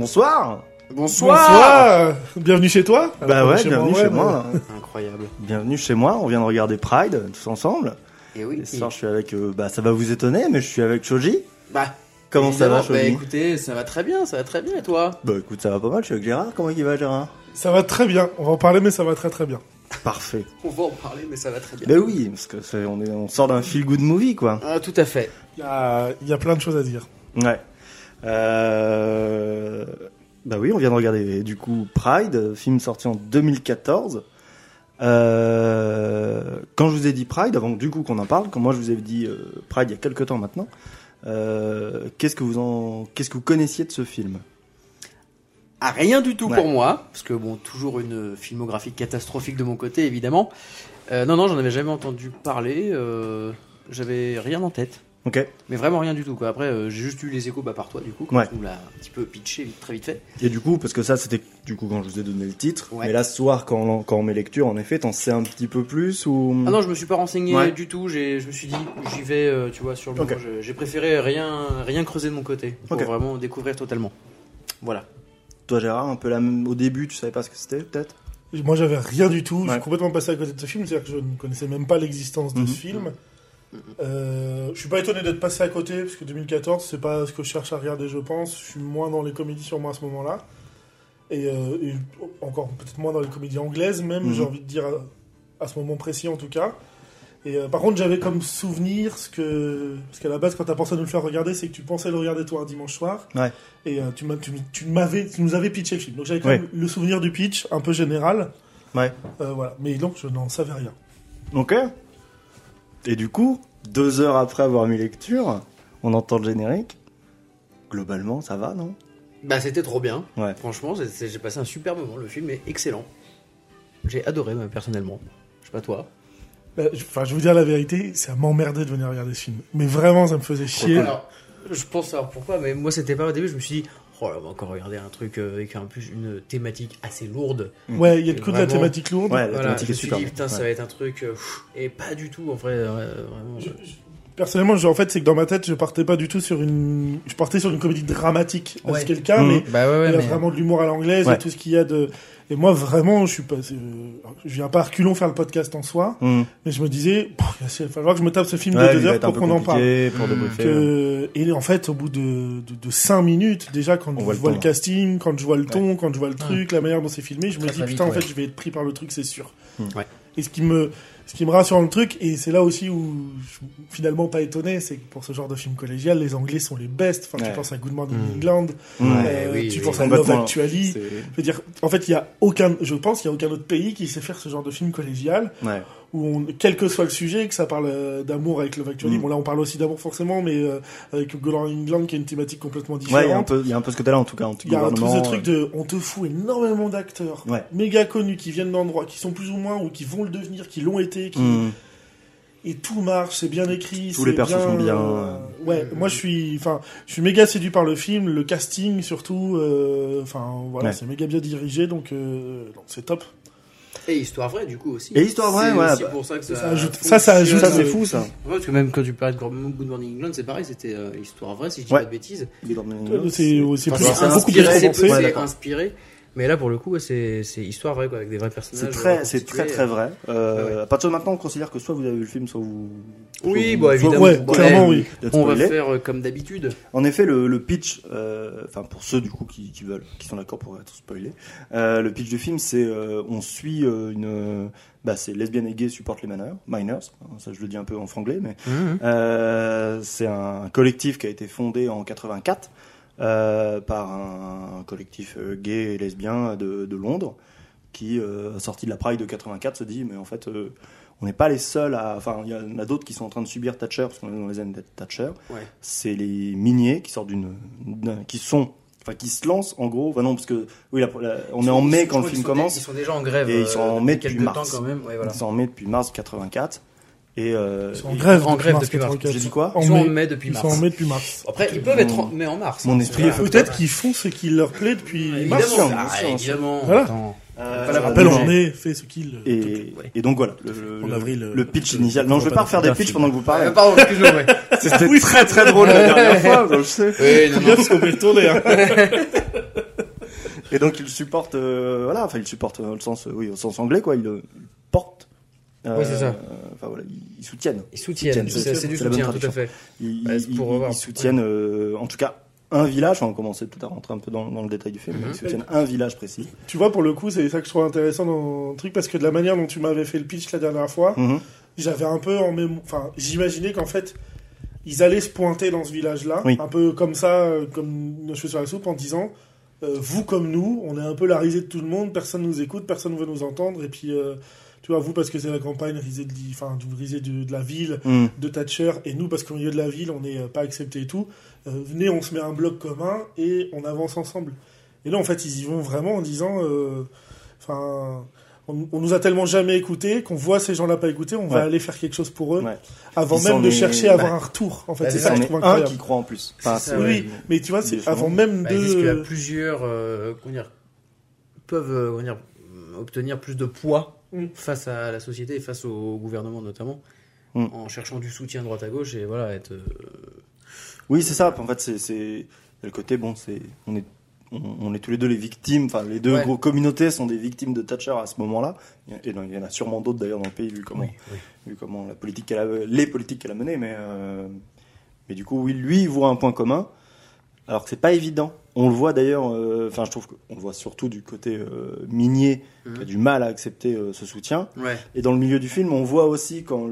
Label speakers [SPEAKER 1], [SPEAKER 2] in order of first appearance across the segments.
[SPEAKER 1] Bonsoir.
[SPEAKER 2] Bonsoir. Bienvenue chez toi.
[SPEAKER 1] Bah ouais, bienvenue chez moi.
[SPEAKER 3] Incroyable.
[SPEAKER 1] Bienvenue chez moi, on vient de regarder Pride, tous ensemble.
[SPEAKER 3] Et oui.
[SPEAKER 1] Et ce soir, je suis avec, ça va vous étonner, mais je suis avec Shoji.
[SPEAKER 3] Bah.
[SPEAKER 1] Comment ça va, Shoji?
[SPEAKER 3] Bah écoutez, ça va très bien, et toi?
[SPEAKER 1] Bah écoute, ça va pas mal, je suis avec Gérard. Comment il va, Gérard?
[SPEAKER 2] Ça va très bien, on va en parler, mais ça va très très bien.
[SPEAKER 1] Parfait.
[SPEAKER 3] On va en parler, mais ça va très bien.
[SPEAKER 1] Bah oui, parce que on sort d'un feel good movie, quoi.
[SPEAKER 3] Ah, tout à fait.
[SPEAKER 2] Il y a plein de choses à dire.
[SPEAKER 1] Ouais. Bah oui, on vient de regarder du coup Pride, film sorti en 2014. Quand je vous ai dit Pride, avant du coup qu'on en parle, quand moi je vous ai dit Pride il y a quelques temps maintenant, qu'est-ce que vous connaissiez de ce film?
[SPEAKER 3] Ah, rien du tout
[SPEAKER 1] Ouais.
[SPEAKER 3] pour moi, parce que bon, toujours une filmographie catastrophique de mon côté, évidemment. Non, j'en avais jamais entendu parler. J'avais rien en tête.
[SPEAKER 1] Ok.
[SPEAKER 3] Mais vraiment rien du tout, quoi. Après, j'ai juste eu les échos par toi, du coup, quand
[SPEAKER 1] Ouais.
[SPEAKER 3] tu nous l'as un petit peu pitché très vite fait.
[SPEAKER 1] Et du coup, parce que ça c'était du coup quand je vous ai donné le titre,
[SPEAKER 3] Ouais.
[SPEAKER 1] mais là ce soir quand on met lecture, en effet, t'en sais un petit peu plus ou?
[SPEAKER 3] Ah non, je me suis pas renseigné
[SPEAKER 1] Ouais.
[SPEAKER 3] du tout. Je me suis dit, j'y vais, tu vois, sur le
[SPEAKER 1] Ok.
[SPEAKER 3] moment. J'ai préféré rien creuser de mon côté pour
[SPEAKER 1] Ok.
[SPEAKER 3] vraiment découvrir totalement. Voilà.
[SPEAKER 1] Toi Gérard, un peu au début, tu savais pas ce que c'était peut-être?
[SPEAKER 2] Moi, j'avais rien du tout. Je
[SPEAKER 1] Ouais.
[SPEAKER 2] suis complètement passé à côté de ce film. C'est-à-dire que je ne connaissais même pas l'existence de
[SPEAKER 1] Mhm.
[SPEAKER 2] ce film. Je suis pas étonné d'être passé à côté, parce que 2014, c'est pas ce que je cherche à regarder, je pense. Je suis moins dans les comédies sur moi à ce moment-là. Et encore peut-être moins dans les comédies anglaises, même,
[SPEAKER 1] Mhm.
[SPEAKER 2] j'ai envie de dire, à ce moment précis en tout cas. Et par contre, j'avais comme souvenir parce qu'à la base, quand t'as pensé à nous le faire regarder, c'est que tu pensais le regarder toi un dimanche soir.
[SPEAKER 1] Ouais.
[SPEAKER 2] Et tu nous avais pitché le film. Donc j'avais quand
[SPEAKER 1] Ouais.
[SPEAKER 2] même le souvenir du pitch, un peu général.
[SPEAKER 1] Ouais.
[SPEAKER 2] Voilà. Mais donc, je n'en savais rien.
[SPEAKER 1] Ok. Et du coup, 2 heures après avoir mis lecture, on entend le générique. Globalement, ça va, non?
[SPEAKER 3] Bah, c'était trop bien.
[SPEAKER 1] Ouais.
[SPEAKER 3] Franchement, j'ai passé un super moment. Le film est excellent. J'ai adoré, moi, personnellement. Je sais pas toi.
[SPEAKER 2] Je vais vous dire la vérité, ça m'emmerdait de venir regarder ce film. Mais vraiment, ça me faisait chier.
[SPEAKER 3] Alors, je pense savoir pourquoi, mais moi, c'était pas au début. Je me suis dit, oh là, on va encore regarder un truc avec une thématique assez lourde.
[SPEAKER 2] Ouais, il y a de coup de la
[SPEAKER 3] Vraiment.
[SPEAKER 2] thématique lourde.
[SPEAKER 1] Ouais, la
[SPEAKER 3] Voilà,
[SPEAKER 1] thématique
[SPEAKER 3] je
[SPEAKER 1] est
[SPEAKER 3] me suis
[SPEAKER 1] super.
[SPEAKER 3] dit, putain, ça
[SPEAKER 1] Ouais.
[SPEAKER 3] va être un truc. Et pas du tout, en vrai. Vraiment.
[SPEAKER 2] Personnellement, en fait, c'est que dans ma tête, je partais pas du tout sur une comédie dramatique.
[SPEAKER 3] Ouais.
[SPEAKER 2] Ce qui est le cas,
[SPEAKER 1] Mhm.
[SPEAKER 2] mais
[SPEAKER 3] Bah ouais,
[SPEAKER 2] il y a vraiment de l'humour à l'anglaise,
[SPEAKER 1] Ouais.
[SPEAKER 2] et tout ce qu'il y a de... Et moi, vraiment, je viens pas à reculons faire le podcast en soi,
[SPEAKER 1] Mmh.
[SPEAKER 2] mais je me disais, il va falloir que je me tape ce film
[SPEAKER 1] Ouais,
[SPEAKER 2] de
[SPEAKER 1] il
[SPEAKER 2] 2
[SPEAKER 1] va
[SPEAKER 2] heures
[SPEAKER 1] être un
[SPEAKER 2] pour
[SPEAKER 1] peu
[SPEAKER 2] qu'on en parle.
[SPEAKER 1] compliqué pour débriefer.
[SPEAKER 2] Et en fait, au bout de 5 minutes, déjà, quand
[SPEAKER 1] On
[SPEAKER 2] je
[SPEAKER 1] voit le
[SPEAKER 2] vois
[SPEAKER 1] ton,
[SPEAKER 2] le
[SPEAKER 1] là.
[SPEAKER 2] casting, quand je vois le ton, quand je vois le truc, la manière dont c'est filmé, je me
[SPEAKER 3] Très,
[SPEAKER 2] dis,
[SPEAKER 3] très
[SPEAKER 2] putain,
[SPEAKER 3] vite,
[SPEAKER 2] en fait,
[SPEAKER 3] ouais.
[SPEAKER 2] je vais être pris par le truc, c'est sûr.
[SPEAKER 3] Ouais.
[SPEAKER 2] Et ce qui me rassure dans le truc, et c'est là aussi où je suis finalement pas étonné, c'est que pour ce genre de film collégial, les Anglais sont les best. Enfin,
[SPEAKER 1] Ouais.
[SPEAKER 2] tu penses à Good Morning England,
[SPEAKER 1] Ouais,
[SPEAKER 3] oui,
[SPEAKER 2] tu
[SPEAKER 3] oui.
[SPEAKER 2] penses à Love
[SPEAKER 1] Complètement.
[SPEAKER 2] Actually.
[SPEAKER 1] C'est-
[SPEAKER 2] Je veux dire, en fait, je pense qu'il y a aucun autre pays qui sait faire ce genre de film collégial
[SPEAKER 1] Ouais.
[SPEAKER 2] où quel que soit le sujet, que ça parle d'amour avec Love Actually.
[SPEAKER 1] Mm.
[SPEAKER 2] Bon, là, on parle aussi d'amour forcément, mais avec Good Morning England qui a une thématique complètement différente.
[SPEAKER 1] Ouais, il y a un peu ce côté-là en tout cas.
[SPEAKER 2] Il y a un truc de, on te fout énormément d'acteurs
[SPEAKER 1] Ouais.
[SPEAKER 2] méga connus qui viennent d'endroits, qui sont plus ou moins ou qui vont le devenir, qui l'ont été, et tout marche, c'est bien écrit.
[SPEAKER 1] Tous les
[SPEAKER 2] c'est
[SPEAKER 1] persos sont bien.
[SPEAKER 2] Ouais, moi je suis méga séduit par le film, le casting surtout. Voilà,
[SPEAKER 1] Ouais.
[SPEAKER 2] c'est méga bien dirigé, donc c'est top.
[SPEAKER 3] Et histoire vraie, du coup, aussi.
[SPEAKER 1] Et histoire vraie,
[SPEAKER 3] C'est
[SPEAKER 1] ouais,
[SPEAKER 3] aussi
[SPEAKER 1] bah,
[SPEAKER 3] pour ça que
[SPEAKER 2] ça
[SPEAKER 3] ça
[SPEAKER 2] ajoute-
[SPEAKER 3] fonctionne.
[SPEAKER 2] ça ajoute-
[SPEAKER 1] Ça c'est fou ça.
[SPEAKER 3] Ouais, parce que même quand tu parlais de Good Morning England, c'est pareil, c'était histoire vraie, si je dis
[SPEAKER 1] Ouais.
[SPEAKER 3] pas de bêtises.
[SPEAKER 2] C'est
[SPEAKER 1] Enfin,
[SPEAKER 2] plus,
[SPEAKER 1] c'est
[SPEAKER 2] beaucoup plus
[SPEAKER 3] inspiré,
[SPEAKER 2] romancé.
[SPEAKER 1] Ouais, d'accord.
[SPEAKER 3] inspiré. Mais là, pour le coup, ouais, c'est histoire vraie, quoi, avec des vrais personnages.
[SPEAKER 1] C'est très vrai.
[SPEAKER 3] Ouais.
[SPEAKER 1] À partir de maintenant, on considère que soit vous avez vu le film, soit vous.
[SPEAKER 3] Oui,
[SPEAKER 1] soit
[SPEAKER 3] bah
[SPEAKER 1] vous-
[SPEAKER 3] évidemment.
[SPEAKER 2] Ouais,
[SPEAKER 3] Bon,
[SPEAKER 2] clairement,
[SPEAKER 3] ouais,
[SPEAKER 2] oui.
[SPEAKER 1] d'être
[SPEAKER 3] On va
[SPEAKER 1] spoilé.
[SPEAKER 3] faire comme d'habitude.
[SPEAKER 1] En effet, le pitch, enfin pour ceux du coup qui veulent, qui sont d'accord pour être spoilés, le pitch du film, c'est on suit c'est lesbiennes et gays supportent les minors, ça je le dis un peu en franglais, mais c'est un collectif qui a été fondé en 84 par un collectif gay et lesbien de Londres qui, sorti de la Pride de 84, se dit mais en fait on n'est pas les seuls à... Enfin, il y en a d'autres qui sont en train de subir Thatcher, parce qu'on est dans les années de Thatcher.
[SPEAKER 3] Ouais.
[SPEAKER 1] C'est les miniers qui sortent qui se lancent, en gros... Enfin non, parce que... Oui, on est en mai quand le film commence.
[SPEAKER 3] Ils sont déjà en grève.
[SPEAKER 1] Et ils sont en mai depuis
[SPEAKER 3] quelques
[SPEAKER 1] mars.
[SPEAKER 3] temps quand même. Ouais, voilà.
[SPEAKER 1] Ils sont en mai depuis mars 84. Et,
[SPEAKER 2] Ils sont en grève,
[SPEAKER 3] en grève
[SPEAKER 2] mars
[SPEAKER 3] depuis mars.
[SPEAKER 2] 84.
[SPEAKER 1] J'ai dit quoi
[SPEAKER 3] Ils sont en mai depuis
[SPEAKER 2] Ils
[SPEAKER 3] mars.
[SPEAKER 2] sont en mai depuis mars.
[SPEAKER 3] Après, ils peuvent être mais en mars.
[SPEAKER 1] Mon esprit est fait.
[SPEAKER 2] Peut-être qu'ils font ce qui leur plaît depuis mars.
[SPEAKER 1] sûr,
[SPEAKER 3] Évidemment.
[SPEAKER 1] bien sûr.
[SPEAKER 3] Évidemment.
[SPEAKER 2] Voilà.
[SPEAKER 3] Attends.
[SPEAKER 2] Je rappelle, en mai, fait ce qu'il...
[SPEAKER 1] Et donc voilà,
[SPEAKER 2] En avril,
[SPEAKER 1] le pitch initial. Non, je vais pas refaire des pitchs pendant que vous parlez.
[SPEAKER 3] Pardon, excuse-moi. Ouais.
[SPEAKER 1] C'était très très drôle la dernière fois, je sais.
[SPEAKER 3] Oui, non,
[SPEAKER 2] Bien parce qu'on peut tourner, hein.
[SPEAKER 1] Et donc il supporte, il supporte au sens anglais, quoi. Il le porte.
[SPEAKER 3] Oui, c'est ça.
[SPEAKER 1] Enfin voilà, ils soutiennent.
[SPEAKER 3] Ils soutiennent, c'est du
[SPEAKER 1] la bonne
[SPEAKER 3] soutien, tout à
[SPEAKER 1] traduction.
[SPEAKER 3] fait.
[SPEAKER 1] Ils soutiennent, en tout cas, un village. On commençait tout à rentrer un peu dans le détail du film. Mais ils soutiennent un village précis.
[SPEAKER 2] Tu vois, pour le coup, c'est ça que je trouve intéressant dans le truc, parce que de la manière dont tu m'avais fait le pitch la dernière fois, j'avais un peu j'imaginais qu'en fait, ils allaient se pointer dans ce village-là, un peu comme ça, comme nos cheveux sur la soupe, en disant vous comme nous, on est un peu la risée de tout le monde, personne nous écoute, personne ne veut nous entendre, et puis tu vois, vous parce que c'est la campagne, risée de la ville, de Thatcher, et nous parce qu'au milieu de la ville, on n'est pas accepté et tout. Venez, on se met un bloc commun et on avance ensemble. Et là, en fait, ils y vont vraiment en disant, on nous a tellement jamais écoutés qu'on voit ces gens-là pas écouter, on va aller faire quelque chose pour eux, avant même de chercher à avoir un retour. En fait, c'est ça que je trouve incroyable.
[SPEAKER 1] Un qui croit en plus.
[SPEAKER 2] Oui, mais tu vois, c'est avant même de.
[SPEAKER 3] Ils disent que plusieurs peuvent obtenir plus de poids face à la société et face au gouvernement notamment, en cherchant du soutien droite à gauche et voilà être.
[SPEAKER 1] Oui, c'est ça. En fait, c'est le côté on est tous les deux les victimes. Enfin, les deux gros communautés sont des victimes de Thatcher à ce moment-là. Et il y en a sûrement d'autres d'ailleurs dans le pays vu comment les politiques qu'elle a menées. Mais du coup, oui, lui, il voit un point commun. Alors que c'est pas évident. On le voit d'ailleurs. Je trouve qu'on le voit surtout du côté minier qui a du mal à accepter ce soutien. Ouais. Et dans le milieu du film, on voit aussi quand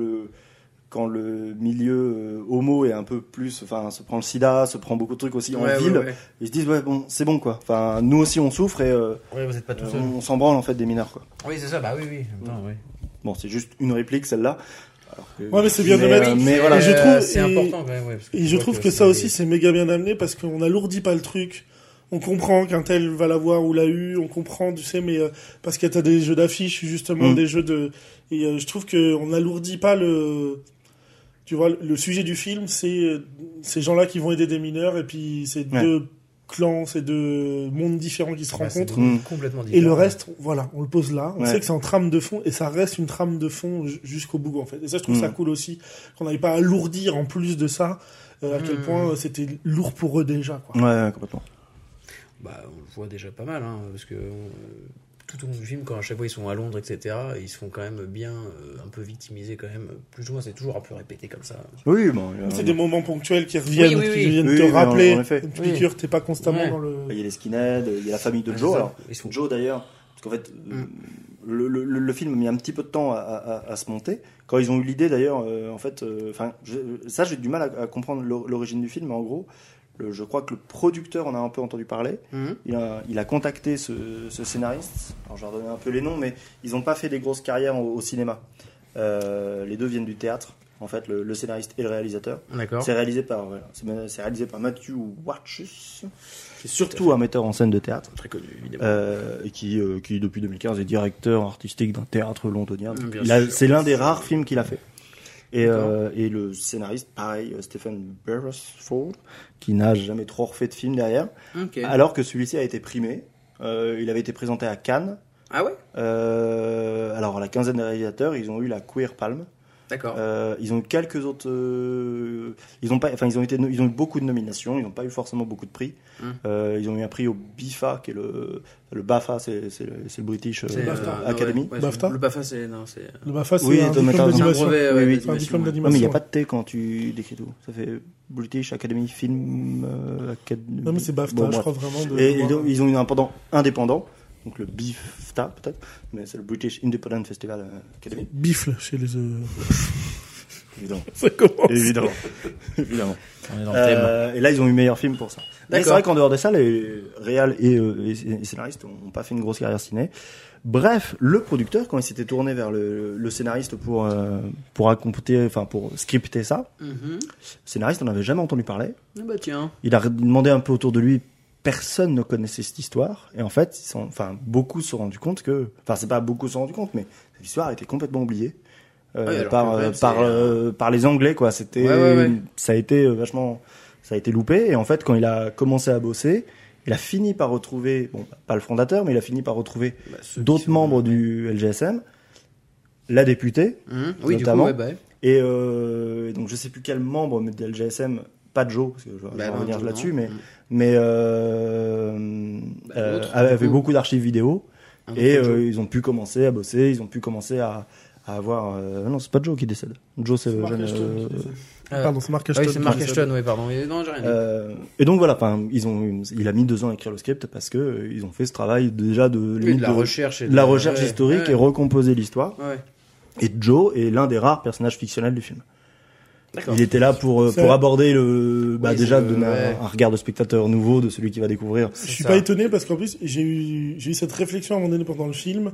[SPEAKER 1] le milieu homo est un peu plus, se prend le sida, se prend beaucoup de trucs aussi en ville, ils se disent c'est bon quoi. Enfin, nous aussi on souffre et
[SPEAKER 3] vous êtes pas tout seul.
[SPEAKER 1] On s'en branle en fait des mineurs quoi.
[SPEAKER 3] Oui, c'est ça. Bah oui.
[SPEAKER 1] Bon, c'est juste une réplique celle-là.
[SPEAKER 2] Mais c'est bien de mettre.
[SPEAKER 1] Mais voilà,
[SPEAKER 2] je trouve
[SPEAKER 3] c'est important quand même.
[SPEAKER 2] Et je trouve que ça aussi c'est méga bien amené parce qu'on n'alourdit pas le truc. On comprend qu'un tel va l'avoir ou l'a eu, on comprend, tu sais, mais parce que t'as des jeux d'affiches justement, des jeux de. Et je trouve que on n'alourdit pas le. Tu vois, le sujet du film, c'est ces gens-là qui vont aider des mineurs, et puis c'est deux clans, c'est deux mondes différents qui se rencontrent.
[SPEAKER 3] Complètement différents.
[SPEAKER 2] Et le reste, voilà, on le pose là. On sait que c'est en trame de fond, et ça reste une trame de fond jusqu'au bout, en fait. Et ça, je trouve ça cool aussi, qu'on n'aille pas à alourdir en plus de ça, à quel point c'était lourd pour eux déjà, quoi.
[SPEAKER 1] Ouais, complètement.
[SPEAKER 3] Bah, on le voit déjà pas mal, parce que tout au long du film, quand à chaque fois ils sont à Londres, etc., ils se font quand même bien un peu victimiser quand même. Plus ou moins, c'est toujours un peu répété comme ça.
[SPEAKER 1] Oui,
[SPEAKER 2] c'est des moments ponctuels qui reviennent, qui viennent te rappeler. Une piqûre, t'es pas constamment dans le.
[SPEAKER 1] Il y a les skinheads, il y a la famille de Joe. Alors, Joe d'ailleurs, parce qu'en fait, le film a mis un petit peu de temps à se monter. Quand ils ont eu l'idée d'ailleurs, j'ai du mal à comprendre l'origine du film, mais en gros. Je crois que le producteur en a un peu entendu parler. Il a contacté ce scénariste. Alors, je vais redonner un peu les noms, mais ils n'ont pas fait des grosses carrières au cinéma. Les deux viennent du théâtre. En fait, le scénariste et le réalisateur.
[SPEAKER 3] D'accord.
[SPEAKER 1] C'est réalisé par Matthew Warchus, qui est surtout un metteur en scène de théâtre.
[SPEAKER 3] Très connu, évidemment.
[SPEAKER 1] Et qui, depuis 2015, est directeur artistique d'un théâtre londonien. C'est l'un des rares films qu'il a fait. Et le scénariste, pareil, Stephen Beresford, qui n'a jamais trop refait de film derrière, alors que celui-ci a été primé. Il avait été présenté à Cannes.
[SPEAKER 3] Ah ouais.
[SPEAKER 1] Alors, la quinzaine de réalisateurs, ils ont eu la Queer Palm.
[SPEAKER 3] D'accord.
[SPEAKER 1] Ils ont eu quelques autres. Ils ont eu beaucoup de nominations. Ils n'ont pas eu forcément beaucoup de prix. Ils ont eu un prix au BIFA, qui est le BAFA, c'est le British Academy.
[SPEAKER 2] BAFTA.
[SPEAKER 3] Le BAFA, c'est
[SPEAKER 2] le BAFA, c'est un diplôme d'animation.
[SPEAKER 1] C'est
[SPEAKER 2] un diplôme d'animation.
[SPEAKER 1] Non, mais il n'y a pas de T quand tu décris tout. Ça fait British Academy Film Academy.
[SPEAKER 2] Non, mais c'est BAFTA, je crois vraiment.
[SPEAKER 1] Et ils ont eu un pendant indépendant. Donc le BIFTA peut-être, mais c'est le British Independent Festival Academy.
[SPEAKER 2] Bifle chez les.
[SPEAKER 1] Évidemment.
[SPEAKER 2] Ça commence.
[SPEAKER 1] Évidemment.
[SPEAKER 3] On est dans le thème.
[SPEAKER 1] Et là, ils ont eu meilleur film pour ça. Mais c'est vrai qu'en dehors de ça, les réals et scénaristes n'ont pas fait une grosse carrière ciné. Bref, le producteur, quand il s'était tourné vers le scénariste pour scripter ça, le scénariste n'en avait jamais entendu parler.
[SPEAKER 3] Ah bah tiens.
[SPEAKER 1] Il a demandé un peu autour de lui. Personne ne connaissait cette histoire, et en fait, beaucoup se sont rendus compte que, c'est pas beaucoup se sont rendus compte, mais cette histoire était complètement oubliée par les Anglais, quoi. C'était, ça a été vachement, ça a été loupé, et en fait, quand il a commencé à bosser, il a fini par retrouver, pas le fondateur, mais il a fini par retrouver d'autres membres du LGSM, la députée, notamment, et donc je sais plus quel membre de LGSM pas Joe, parce que je vais revenir
[SPEAKER 3] Joe,
[SPEAKER 1] là-dessus,
[SPEAKER 3] non.
[SPEAKER 1] mais avait beaucoup d'archives vidéo, et ils ont pu commencer à bosser, ils ont pu commencer à avoir... non, c'est pas Joe qui décède. Joe, c'est le jeune...
[SPEAKER 2] Pardon, c'est Mark Ashton.
[SPEAKER 3] Oui, c'est Mark Ashton, oui, pardon. Non, j'ai rien dit.
[SPEAKER 1] Et donc voilà, il a mis 2 ans à écrire le script parce que ils ont fait ce travail déjà de
[SPEAKER 3] la recherche
[SPEAKER 1] historique et recomposer l'histoire.
[SPEAKER 3] Ouais.
[SPEAKER 1] Et Joe est l'un des rares personnages fictionnels du film.
[SPEAKER 3] D'accord.
[SPEAKER 1] Il était là pour aborder déjà
[SPEAKER 3] c'est
[SPEAKER 1] donner un regard de spectateur nouveau de celui qui va découvrir.
[SPEAKER 2] Je suis pas étonné parce qu'en plus j'ai eu cette réflexion à un moment donné pendant le film.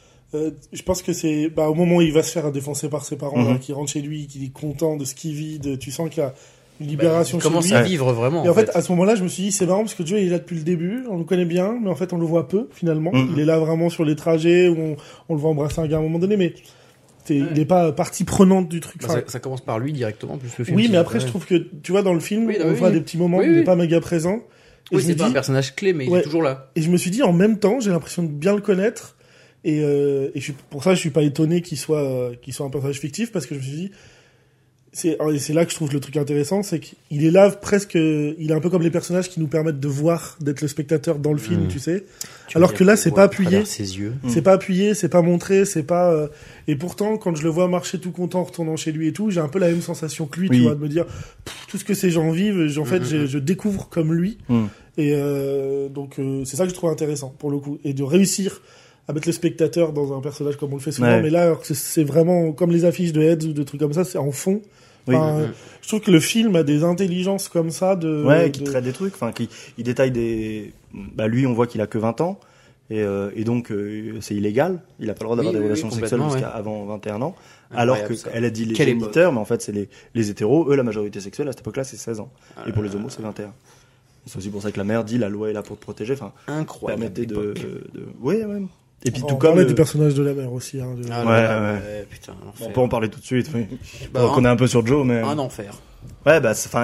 [SPEAKER 2] Je pense que c'est au moment où il va se faire défoncer par ses parents, là, qui rentre chez lui, qu'il est content de ce qu'il vit, tu sens qu'il y a une libération chez lui.
[SPEAKER 3] Il commence à vivre vraiment.
[SPEAKER 2] Et en fait, à ce moment-là, je me suis dit, c'est marrant parce que Joe il est là depuis le début, on le connaît bien, mais en fait, on le voit peu finalement. Il est là vraiment sur les trajets où on le voit embrasser un gars à un moment donné, mais il n'est pas partie prenante du truc.
[SPEAKER 3] Ça commence par lui directement, plus le film.
[SPEAKER 2] Oui, mais après, je trouve que tu vois dans le film, on voit des petits moments où il n'est pas méga présent.
[SPEAKER 3] Et c'est pas un personnage clé, mais il est toujours là.
[SPEAKER 2] Et je me suis dit, en même temps, j'ai l'impression de bien le connaître. Et pour ça, je suis pas étonné qu'il soit un personnage fictif, parce que je me suis dit, c'est là que je trouve le truc intéressant, c'est qu'il est là presque, il est un peu comme les personnages qui nous permettent de voir, d'être le spectateur dans le film, tu sais. Alors que là, c'est pas appuyé.
[SPEAKER 3] Ses yeux.
[SPEAKER 2] C'est pas appuyé, c'est pas montré, c'est pas, et pourtant, quand je le vois marcher tout content, en retournant chez lui et tout, j'ai un peu la même sensation que lui, tu vois, de me dire, tout ce que ces gens vivent, en fait, je découvre comme lui. Et, donc, c'est ça que je trouve intéressant, pour le coup. Et de réussir à mettre le spectateur dans un personnage comme on le fait souvent, mais là, alors que c'est vraiment comme les affiches de Heads ou de trucs comme ça, c'est en fond. Enfin, je trouve que le film a des intelligences comme ça
[SPEAKER 1] qui traite des trucs, qui détaille des... lui, on voit qu'il a que 20 ans, et donc, c'est illégal. Il a pas le droit d'avoir des relations sexuelles jusqu'à avant 21 ans. Alors qu'elle a dit les géniteurs, mais en fait, c'est les hétéros. Eux, la majorité sexuelle, à cette époque-là, c'est 16 ans. Et pour les homos, c'est 21. C'est aussi pour ça que la mère dit la loi est là pour te protéger.
[SPEAKER 3] Incroyable.
[SPEAKER 1] Permettez de... Ouais. Et puis
[SPEAKER 2] on parlait des personnages de la mer aussi. Hein,
[SPEAKER 1] ouais.
[SPEAKER 3] Putain,
[SPEAKER 1] on peut en parler tout de suite. Oui. On connaît un peu sur Joe, mais
[SPEAKER 3] un enfer.
[SPEAKER 1] Ouais,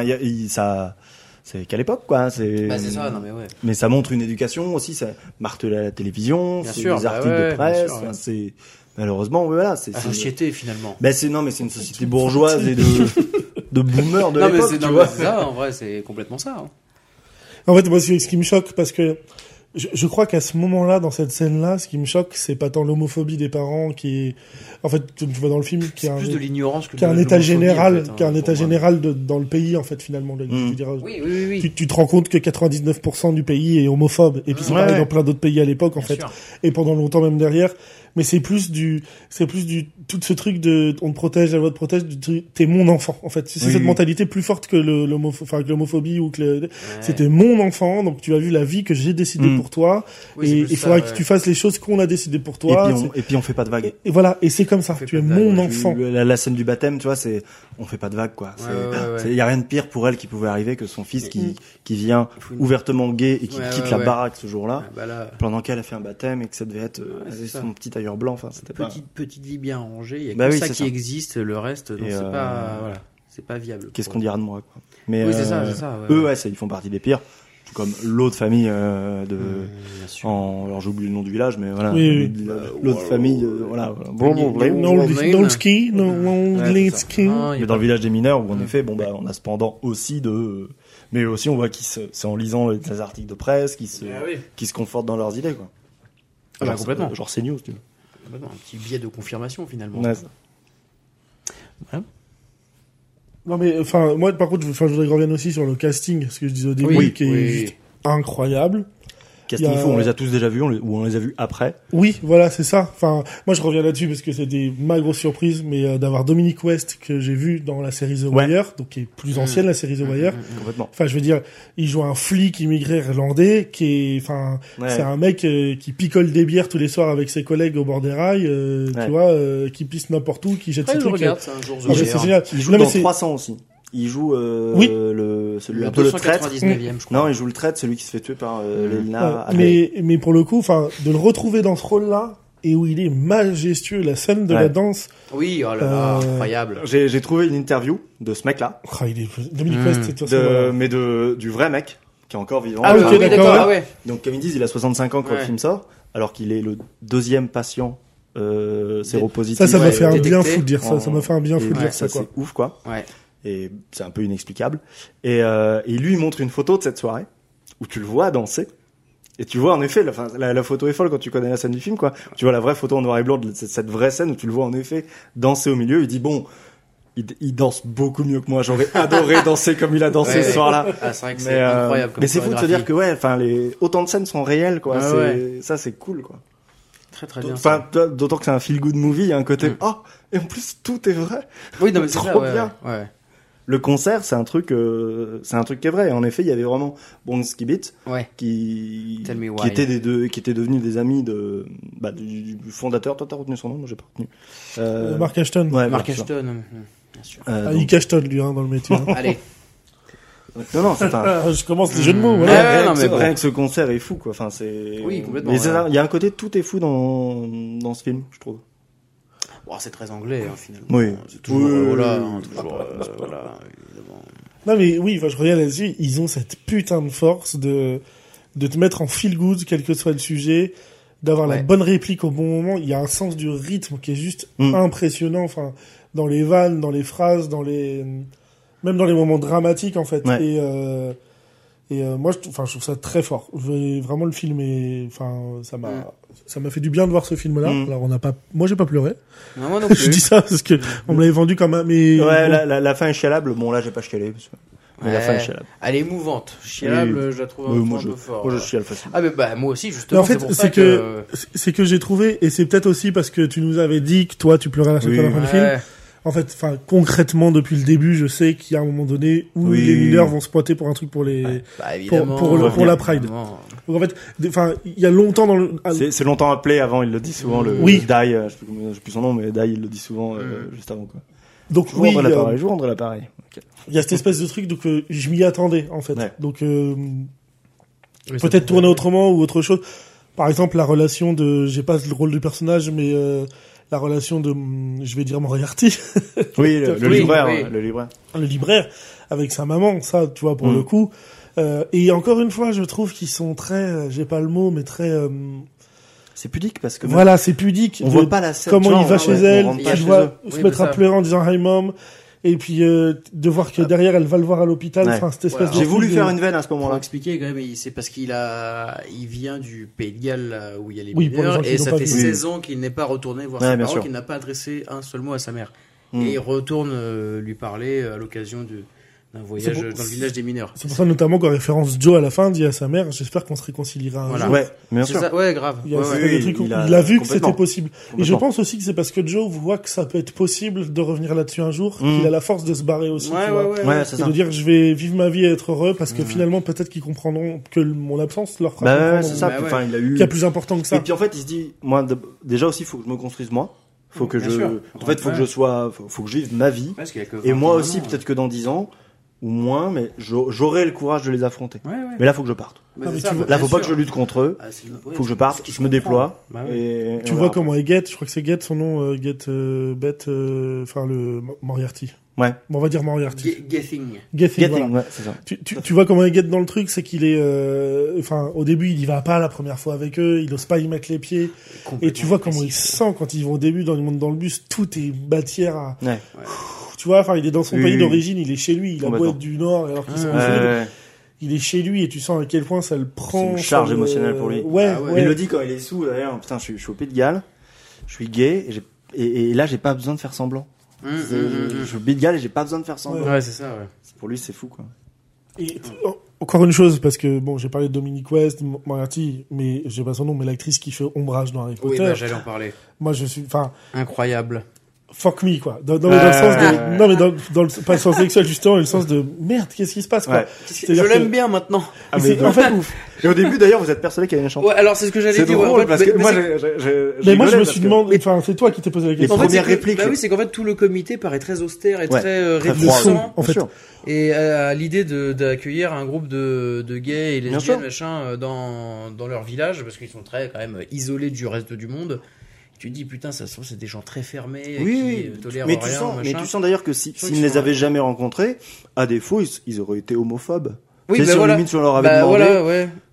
[SPEAKER 1] ça, c'est qu'à l'époque, quoi. C'est
[SPEAKER 3] ça, non mais ouais.
[SPEAKER 1] Mais ça montre une éducation aussi, ça martelé à la télévision,
[SPEAKER 3] bien
[SPEAKER 1] c'est
[SPEAKER 3] sûr,
[SPEAKER 1] des articles de presse,
[SPEAKER 3] sûr,
[SPEAKER 1] c'est malheureusement, voilà, c'est
[SPEAKER 3] la société finalement.
[SPEAKER 1] C'est une société bourgeoise et de boomers de l'époque, tu vois.
[SPEAKER 3] C'est ça, en vrai, c'est complètement ça. Hein.
[SPEAKER 2] En fait, moi, ce qui me choque, parce que je crois qu'à ce moment-là, dans cette scène-là, ce qui me choque, c'est pas tant l'homophobie des parents qui est, en fait, tu vois dans le film, qui est
[SPEAKER 3] plus de l'ignorance que
[SPEAKER 2] qui a un état général, qui a un état général dans le pays, en fait, finalement. Je dirais,
[SPEAKER 3] oui.
[SPEAKER 2] Tu te rends compte que 99% du pays est homophobe. Et puis c'est pareil dans plein d'autres pays à l'époque, en fait.
[SPEAKER 3] Sûr.
[SPEAKER 2] Et pendant longtemps même derrière. Mais c'est plus tout ce truc de, on te protège, la loi te protège, t'es mon enfant, en fait. C'est cette mentalité plus forte que l'homophobie ou que c'était mon enfant, donc tu as vu la vie que j'ai décidée pour toi, et il faudra que tu fasses les choses qu'on a décidées pour toi.
[SPEAKER 1] Et puis on fait pas de vagues.
[SPEAKER 2] Et voilà, et c'est comme ça, tu es mon enfant.
[SPEAKER 1] La scène du baptême, tu vois, on fait pas de vagues, quoi. Il y a rien de pire pour elle qui pouvait arriver que son fils qui vient ouvertement gay et qui quitte la baraque ce jour-là, pendant qu'elle a fait un baptême et que ça devait être son petit tailleur blanc, c'était
[SPEAKER 3] petite vie bien rangée, il y a que ça qui existe, le reste, donc c'est pas viable.
[SPEAKER 1] Qu'est-ce qu'on dira de moi, quoi. Mais
[SPEAKER 2] eux,
[SPEAKER 1] ils font partie des pires. Tout comme l'autre famille alors j'ai oublié le nom du village, mais voilà. L'autre famille, voilà.
[SPEAKER 2] Nolski.
[SPEAKER 1] Mais dans le village des mineurs, où en effet, on a cependant aussi mais aussi on voit c'est en lisant les articles de presse, qui se confortent dans leurs idées, quoi.
[SPEAKER 3] Complètement.
[SPEAKER 1] Genre CNews, tu vois.
[SPEAKER 3] Un petit biais de confirmation finalement.
[SPEAKER 1] Ouais.
[SPEAKER 2] Non mais enfin moi par contre je voudrais qu'on revienne aussi sur le casting, ce que je disais au début, qui est juste incroyable.
[SPEAKER 1] Casting fou, on les a tous déjà vus, ou on les a vus après.
[SPEAKER 2] Oui, voilà, c'est ça. Enfin, moi je reviens là-dessus parce que c'était ma grosse surprise, mais d'avoir Dominic West que j'ai vu dans la série The Wire, donc qui est plus ancienne la série The Wire.
[SPEAKER 1] Complètement.
[SPEAKER 2] Enfin, je veux dire, il joue un flic immigré irlandais qui est, enfin, c'est un mec qui picole des bières tous les soirs avec ses collègues au bord des rails, tu vois, qui pisse n'importe où, qui jette ses trucs.
[SPEAKER 3] Regarde, c'est un jour
[SPEAKER 2] c'est génial.
[SPEAKER 1] Il joue dans 300 aussi. Il joue celui un peu le traître. Non, il joue le traître, celui qui se fait tuer par Lelina.
[SPEAKER 2] Mais pour le coup, enfin, de le retrouver dans ce rôle-là et où il est majestueux, la scène de la danse.
[SPEAKER 3] Oui, oh là là, incroyable.
[SPEAKER 1] J'ai trouvé une interview de ce mec-là.
[SPEAKER 2] Oh, il est Dominic West, c'est toi.
[SPEAKER 1] Mais du vrai mec qui est encore vivant.
[SPEAKER 2] Ah ok, d'accord.
[SPEAKER 3] Ouais.
[SPEAKER 1] Donc comme ils disent, il a 65 ans quand le film sort, alors qu'il est le deuxième patient séropositif.
[SPEAKER 2] Ça m'a fait un bien fou de dire ça. Ça m'a fait un bien fou de dire ça, quoi.
[SPEAKER 1] C'est ouf, quoi.
[SPEAKER 3] Ouais.
[SPEAKER 1] et c'est un peu inexplicable. Et lui, il montre une photo de cette soirée où tu le vois danser. Et tu vois en effet, la photo est folle quand tu connais la scène du film, quoi. Tu vois la vraie photo en noir et blanc de cette vraie scène où tu le vois en effet danser au milieu. Il dit bon, il danse beaucoup mieux que moi. J'aurais adoré danser comme il a dansé ce soir-là.
[SPEAKER 3] Ah, c'est vrai que c'est incroyable.
[SPEAKER 1] Mais c'est fou de se dire que autant de scènes sont réelles, quoi. Ça c'est cool, quoi.
[SPEAKER 3] Très très bien.
[SPEAKER 1] Enfin, d'autant que c'est un feel good movie, il y a un côté et en plus tout est vrai.
[SPEAKER 3] Oui, non mais c'est
[SPEAKER 1] trop
[SPEAKER 3] ça,
[SPEAKER 1] bien.
[SPEAKER 3] Ouais.
[SPEAKER 1] Le concert, c'est un truc qui est vrai. En effet, il y avait vraiment Bronx Gibbet qui était devenu des amis du fondateur. Toi, t'as retenu son nom, moi j'ai pas retenu.
[SPEAKER 2] Mark Ashton.
[SPEAKER 1] Ouais,
[SPEAKER 3] Mark Ashton, bien sûr.
[SPEAKER 2] Nick Ashton, lui, dans le métier.
[SPEAKER 3] Allez.
[SPEAKER 1] Non, c'est pas.
[SPEAKER 2] Je commence les jeux de mots.
[SPEAKER 1] Rien que ce concert est fou, quoi. Enfin, c'est.
[SPEAKER 3] Oui, complètement.
[SPEAKER 1] Mais il y a un côté tout est fou dans ce film, je trouve.
[SPEAKER 3] Bon, c'est très anglais, finalement.
[SPEAKER 1] Oui.
[SPEAKER 3] C'est toujours, voilà, évidemment.
[SPEAKER 2] Non, mais oui, je reviens là-dessus. Ils ont cette putain de force de te mettre en feel good, quel que soit le sujet, d'avoir la bonne réplique au bon moment. Il y a un sens du rythme qui est juste impressionnant. Enfin, dans les vannes, dans les phrases, même dans les moments dramatiques, en fait.
[SPEAKER 1] Ouais.
[SPEAKER 2] Et moi, je trouve ça très fort. Vraiment, le film ça m'a fait du bien de voir ce film-là. Alors, moi, j'ai pas pleuré.
[SPEAKER 3] Non, moi non plus.
[SPEAKER 2] Je dis ça parce que on me l'avait vendu comme un, mais.
[SPEAKER 1] Ouais, la fin est chialable. Bon, là, j'ai pas chialé. Mais la fin est chialable.
[SPEAKER 3] Elle est émouvante. Chialable, je la trouve un peu fort.
[SPEAKER 1] Moi, je chiale facilement.
[SPEAKER 3] Ah, mais moi aussi, justement.
[SPEAKER 2] Mais en fait, c'est que j'ai trouvé, et c'est peut-être aussi parce que tu nous avais dit que toi, tu pleurais à la fin du film. En fait, concrètement, depuis le début, je sais qu'il y a un moment donné où les mineurs vont se pointer pour un truc pour pour la Pride.
[SPEAKER 3] Évidemment.
[SPEAKER 2] Donc en fait, il y a longtemps dans le...
[SPEAKER 1] C'est longtemps appelé avant, il le dit souvent, le Die, je sais plus son nom, mais Die, il le dit souvent, juste avant, quoi.
[SPEAKER 2] Donc
[SPEAKER 1] je vous rendrai l'appareil. Okay.
[SPEAKER 2] Il y a cette espèce de truc, donc je m'y attendais, en fait. Ouais. Donc, peut-être tourner autrement ou autre chose. Par exemple, la relation j'ai pas le rôle du personnage, mais la relation de, je vais dire Moriarty.
[SPEAKER 1] Oui, le libraire.
[SPEAKER 2] Le libraire, avec sa maman, ça, tu vois, pour le coup. Et encore une fois, je trouve qu'ils sont très, j'ai pas le mot, mais très...
[SPEAKER 1] C'est pudique parce que...
[SPEAKER 2] Voilà, c'est pudique.
[SPEAKER 1] On voit pas la scène.
[SPEAKER 2] Comment il va chez elle, tu vois, se mettre à pleurer en disant « Hi mom ». Et puis de voir que derrière elle va le voir à l'hôpital, enfin cette espèce de...
[SPEAKER 1] J'ai voulu faire une veine à ce moment-là.
[SPEAKER 3] Pour expliquer quand même, c'est parce qu'il vient du Pays de Galles là, où il y a les mineurs et ça fait 16 ans qu'il n'est pas retourné voir ses parents, qu'il n'a pas adressé un seul mot à sa mère. Et il retourne lui parler à l'occasion d'un voyage dans le village des mineurs.
[SPEAKER 2] C'est pour ça notamment qu'en référence Joe à la fin dit à sa mère, j'espère qu'on se réconciliera un jour.
[SPEAKER 1] Ouais, bien sûr.
[SPEAKER 3] Ça, ouais, grave.
[SPEAKER 2] Il a vu que c'était possible. Et je pense aussi que c'est parce que Joe voit que ça peut être possible de revenir là-dessus un jour, qu'il a la force de se barrer aussi.
[SPEAKER 1] Ouais, c'est ça.
[SPEAKER 2] Et de dire je vais vivre ma vie et être heureux parce que finalement peut-être qu'ils comprendront que mon absence leur fera comprendre.
[SPEAKER 1] C'est ça. Enfin, il a eu.
[SPEAKER 2] Qu'il y a plus important que ça.
[SPEAKER 1] Et puis en fait, il se dit, moi, déjà aussi, faut que je me construise moi. Faut que faut que je vive ma vie. Et moi aussi, peut-être que dans 10 ans, ou moins, mais j'aurai le courage de les affronter. Mais là, faut que je parte. Là, faut pas que je lutte contre eux. Faut que je parte, je me déploie. Et
[SPEAKER 2] tu vois comment est Get, je crois que c'est Get, son nom, enfin le Moriarty.
[SPEAKER 1] Ouais.
[SPEAKER 2] Bon, on va dire Moriarty.
[SPEAKER 3] Getting,
[SPEAKER 2] voilà.
[SPEAKER 1] Ouais, c'est ça.
[SPEAKER 2] Tu vois comment il Get dans le truc, c'est qu'il est, au début, il y va pas la première fois avec eux, il ose pas y mettre les pieds. Et tu vois comment il se sent quand ils vont au début, ils montent dans le bus, tout est matière à...
[SPEAKER 1] Ouais.
[SPEAKER 2] Tu vois, il est dans son pays d'origine, il est chez lui, il a beau être du Nord, alors qu'ils sont au Sud. Il est chez lui et tu sens à quel point ça le prend.
[SPEAKER 1] C'est une charge émotionnelle pour lui.
[SPEAKER 2] Ouais.
[SPEAKER 1] Il le dit quand il est sous, d'ailleurs. Putain, je suis au Pays de Galles, je suis gay, et là, j'ai pas besoin de faire semblant. Je suis au Pays de Galles et j'ai pas besoin de faire semblant.
[SPEAKER 3] Ouais, c'est ça, ouais.
[SPEAKER 1] Pour lui, c'est fou, quoi.
[SPEAKER 2] Et encore une chose, parce que bon, j'ai parlé de Dominic West, Moriarty, mais j'ai pas son nom, mais l'actrice qui fait Ombrage dans Harry Potter.
[SPEAKER 3] Oui, j'allais en parler.
[SPEAKER 2] Moi, je suis,
[SPEAKER 3] incroyable.
[SPEAKER 2] Fuck me, quoi. Dans le sens de, non, mais dans le, pas le sens sexuel, justement, mais le sens de, merde, qu'est-ce qui se passe, quoi.
[SPEAKER 3] Je l'aime bien, maintenant.
[SPEAKER 1] Ah, mais en fait, ouf. Et au début, d'ailleurs, vous êtes persuadé qu'elle est méchante.
[SPEAKER 3] Ouais, alors c'est ce que j'allais dire.
[SPEAKER 1] C'est drôle, parce que moi,
[SPEAKER 2] mais moi, je me suis demandé, enfin, c'est toi qui t'es posé la question.
[SPEAKER 1] Les premières répliques.
[SPEAKER 3] Bah oui, c'est qu'en fait, tout le comité paraît très austère et très réticent,
[SPEAKER 2] en fait.
[SPEAKER 3] Et à l'idée d'accueillir un groupe de gays et lesbiennes, machin, dans leur village, parce qu'ils sont très, quand même, isolés du reste du monde. Tu te dis, putain, ça se trouve, c'est des gens très fermés, qui tolèrent rien, machin.
[SPEAKER 1] Mais tu sens d'ailleurs que s'ils ne les avaient jamais rencontrés, à défaut, ils auraient été homophobes.
[SPEAKER 3] Oui, bah
[SPEAKER 1] limite, si on leur avait demandé,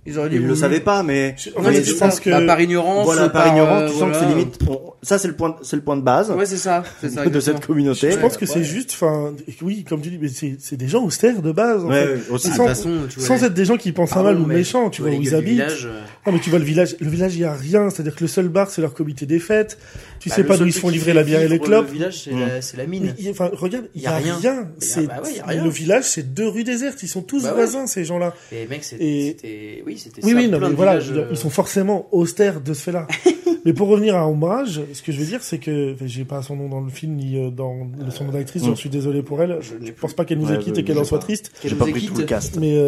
[SPEAKER 1] Ils le savaient pas, mais
[SPEAKER 3] je pense que par ignorance.
[SPEAKER 1] Voilà, par ignorance, tu sens que c'est limite. Ça, c'est le point de base.
[SPEAKER 3] Ouais, c'est ça
[SPEAKER 1] de cette communauté.
[SPEAKER 2] Je pense que c'est juste, enfin, oui, comme tu dis, mais c'est des gens austères de base. En fait.
[SPEAKER 1] Aussi.
[SPEAKER 2] Sans être des gens qui pensent mal ou méchants, tu vois, où ils habitent. Non, mais tu vois le village, il y a rien. C'est-à-dire que le seul bar, c'est leur comité des fêtes. Tu sais pas d'où ils se font livrer la bière et les clopes.
[SPEAKER 3] Le village, c'est la mine.
[SPEAKER 2] Enfin, regarde, il y a rien. Le village, c'est 2 rues désertes. Ils sont tous voisins, ces gens-là.
[SPEAKER 3] Et mec, c'était
[SPEAKER 2] oui, non, mais voilà, ils sont forcément austères de ce fait-là. Mais pour revenir à Ombrage, ce que je veux dire, c'est que j'ai pas son nom dans le film ni dans son nom d'actrice. Je suis désolé pour elle. Je pense pas qu'elle nous ait quitté et qu'elle en soit triste.
[SPEAKER 1] J'ai pas pris tout le cast.
[SPEAKER 2] Mais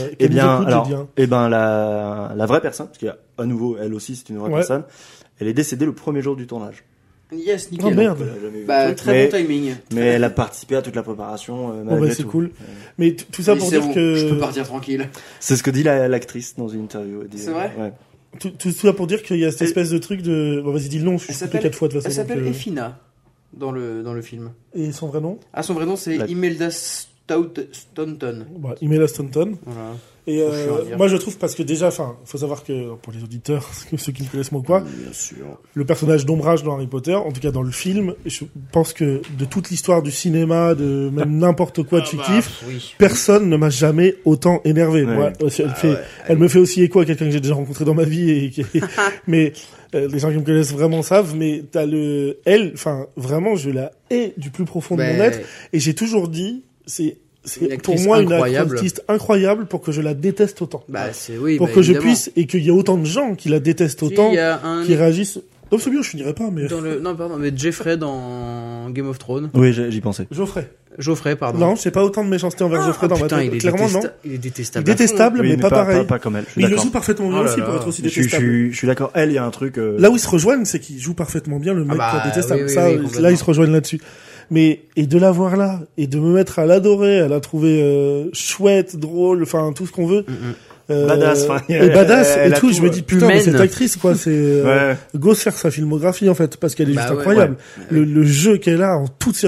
[SPEAKER 1] la vraie personne, parce qu'il y a à nouveau, elle aussi, c'est une vraie personne. Elle est décédée le premier jour du tournage.
[SPEAKER 3] Yes, nickel.
[SPEAKER 2] Oh merde.
[SPEAKER 3] Très bon timing.
[SPEAKER 1] Mais elle a participé à toute la préparation.
[SPEAKER 2] C'est cool. Mais tout ça pour dire que
[SPEAKER 3] je peux partir tranquille.
[SPEAKER 1] C'est ce que dit l'actrice dans une interview.
[SPEAKER 3] C'est vrai.
[SPEAKER 1] Ouais.
[SPEAKER 2] Tout ça pour dire qu'il y a cette espèce de truc de. Bon, vas-y, dis le nom. Je suis 4 fois de toute façon.
[SPEAKER 3] Elle s'appelle Effina dans le film.
[SPEAKER 2] Et son vrai nom?
[SPEAKER 3] Son vrai nom c'est Imelda Staunton.
[SPEAKER 2] Imelda Staunton.
[SPEAKER 3] Voilà.
[SPEAKER 2] Et moi je trouve, parce que déjà, enfin, faut savoir que pour les auditeurs, ceux qui me connaissent moins quoi,
[SPEAKER 1] bien sûr,
[SPEAKER 2] le personnage d'Ombrage dans Harry Potter, en tout cas dans le film, je pense que de toute l'histoire du cinéma, de même n'importe quoi de fictif, personne ne m'a jamais autant énervé. Moi, elle me fait aussi écho à quelqu'un que j'ai déjà rencontré dans ma vie mais les gens qui me connaissent vraiment savent, mais t'as enfin vraiment je la hais du plus profond de mon être, et j'ai toujours dit c'est pour moi une artiste incroyable pour que je la déteste autant. Pour que je puisse, et qu'il y ait autant de gens qui la détestent autant, qui réagissent. Non, c'est bien, je finirai pas, mais.
[SPEAKER 3] Mais Jeffrey dans Game of Thrones.
[SPEAKER 1] Oui, j'y pensais.
[SPEAKER 2] Geoffrey,
[SPEAKER 3] pardon.
[SPEAKER 2] Non, c'est pas autant de méchanceté envers Geoffrey dans ma tête. Clairement, non.
[SPEAKER 3] Il est détestable.
[SPEAKER 2] Détestable, mais pas pareil.
[SPEAKER 1] Pas comme elle.
[SPEAKER 2] Mais il le joue parfaitement bien aussi pour être aussi détestable.
[SPEAKER 1] Je suis d'accord. Elle, il y a un truc.
[SPEAKER 2] Là où ils se rejoignent, c'est qu'il joue parfaitement bien le mec qui est détestable. Là, ils se rejoignent là-dessus. Mais, et de la voir là, et de me mettre à l'adorer, à la trouver chouette, drôle, enfin, tout ce qu'on veut.
[SPEAKER 1] Badass,
[SPEAKER 2] et tout, je me dis, putain, mais cette actrice, quoi, c'est, go se faire sa filmographie, en fait, parce qu'elle est juste incroyable. Le jeu qu'elle a en toute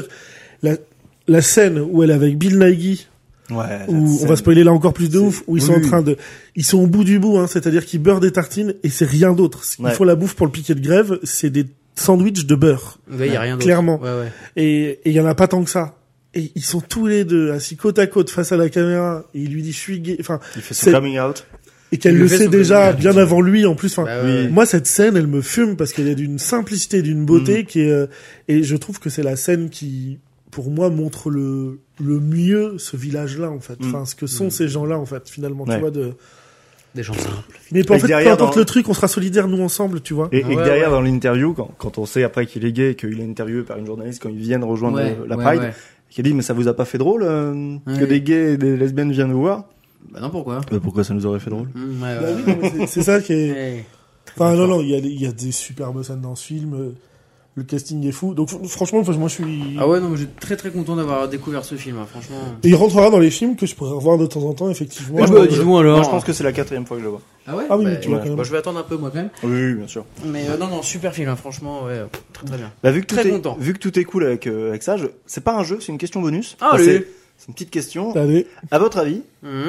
[SPEAKER 2] la scène où elle est avec Bill Nighy, où on va spoiler là encore plus de ouf, où ils sont en train ils sont au bout du bout, hein, c'est-à-dire qu'ils beurrent des tartines, et c'est rien d'autre. Ils font la bouffe pour le piquet de grève, c'est des sandwich de beurre.
[SPEAKER 3] Il y a rien d'autre.
[SPEAKER 2] Clairement. Et il y en a pas tant que ça. Et ils sont tous les deux assis côte à côte face à la caméra, et il lui dit je suis gay. Enfin,
[SPEAKER 1] il fait son coming out.
[SPEAKER 2] Et qu'elle le sait déjà bien avant lui en plus. Enfin, moi cette scène, elle me fume parce qu'elle est d'une simplicité, d'une beauté qui est, et je trouve que c'est la scène qui, pour moi, montre le mieux ce village-là en fait. Enfin, ce que sont ces gens-là en fait, finalement, tu vois,
[SPEAKER 3] des gens simples.
[SPEAKER 2] Mais en fait, peu importe le truc, on sera solidaires nous ensemble, tu vois.
[SPEAKER 1] Et derrière, dans l'interview, quand on sait après qu'il est gay, qu'il est interviewé par une journaliste quand ils viennent rejoindre la Pride, qui a dit, mais ça vous a pas fait drôle que des gays et des lesbiennes viennent vous voir?
[SPEAKER 3] Bah non, pourquoi?
[SPEAKER 1] Pourquoi ça nous aurait fait drôle?
[SPEAKER 2] C'est ça qui est... Enfin, non, il y a des superbes scènes dans ce film. Le casting est fou. Donc, franchement, moi, je suis...
[SPEAKER 3] Ah ouais, non, mais je suis très très content d'avoir découvert ce film, hein, franchement.
[SPEAKER 2] Et il rentrera dans les films que je pourrais revoir de temps en temps, effectivement.
[SPEAKER 3] Dis-moi alors.
[SPEAKER 1] Moi, je pense que c'est la 4e fois que je le vois.
[SPEAKER 3] Ah ouais?
[SPEAKER 2] Ah oui, tu vois quand même.
[SPEAKER 3] Je vais attendre un peu, moi, quand même.
[SPEAKER 1] Oui, bien sûr.
[SPEAKER 3] Mais non, super film, hein, franchement, très très bien.
[SPEAKER 1] Vu que tout est cool avec ça, c'est pas un jeu, c'est une question bonus.
[SPEAKER 3] C'est
[SPEAKER 1] une petite question.
[SPEAKER 2] Allez.
[SPEAKER 1] À votre avis,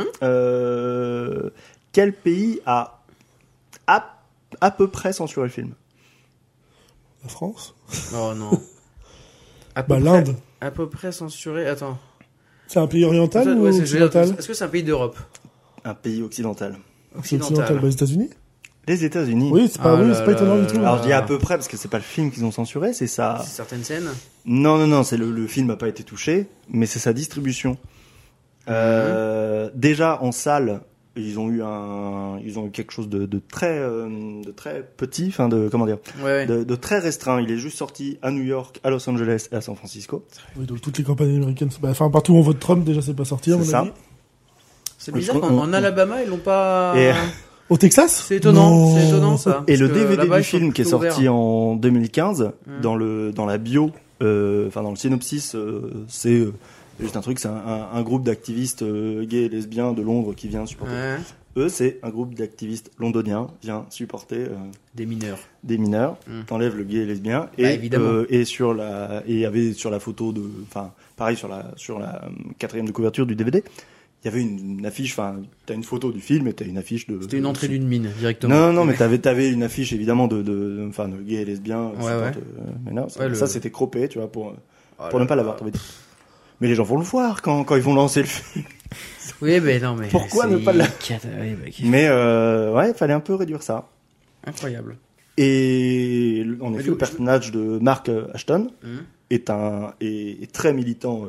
[SPEAKER 1] quel pays a à peu près censuré le film?
[SPEAKER 2] La France?
[SPEAKER 3] Oh non.
[SPEAKER 2] L'Inde.
[SPEAKER 3] À peu près censuré. Attends.
[SPEAKER 2] C'est un pays oriental ou occidental?
[SPEAKER 3] Est-ce que c'est un pays d'Europe?
[SPEAKER 1] Un pays occidental.
[SPEAKER 2] Occidental. Les États-Unis?
[SPEAKER 1] Les États-Unis.
[SPEAKER 2] Oui, c'est pas étonnant du tout.
[SPEAKER 1] Alors je dis à peu près parce que c'est pas le film qu'ils ont censuré, c'est ça.
[SPEAKER 3] C'est certaines scènes.
[SPEAKER 1] Non, c'est le film n'a pas été touché, mais c'est sa distribution. Déjà en salle. Ils ont eu quelque chose de très petit, enfin de très restreint. Il est juste sorti à New York, à Los Angeles et à San Francisco.
[SPEAKER 2] Oui, donc toutes les campagnes américaines, enfin partout où on vote Trump, déjà c'est pas sorti à mon avis.
[SPEAKER 3] C'est bizarre qu'en Alabama ils l'ont pas.
[SPEAKER 2] Au Texas?
[SPEAKER 3] C'est étonnant ça.
[SPEAKER 1] Et le DVD du film qui est sorti en 2015, dans la bio, dans le synopsis, c'est juste un truc, c'est un groupe d'activistes gays et lesbiens de Londres qui vient supporter. Eux, c'est un groupe d'activistes londoniens vient supporter
[SPEAKER 3] des
[SPEAKER 1] mineurs. T'enlèves le gay et lesbien et sur la photo pareil sur la 4e de couverture du DVD, il y avait une affiche, enfin, t'as une photo du film et t'as une affiche de...
[SPEAKER 3] C'était une entrée d'une mine, directement.
[SPEAKER 1] Non, mais t'avais une affiche, évidemment, de gays et lesbiens. Mais non, ça c'était croppé, tu vois, pour ne pas l'avoir. Mais les gens vont le voir quand ils vont lancer le film.
[SPEAKER 3] Oui, mais non, mais...
[SPEAKER 1] Pourquoi ne pas Mais, il fallait un peu réduire ça.
[SPEAKER 3] Incroyable.
[SPEAKER 1] Et, en effet, le personnage de Mark Ashton est très militant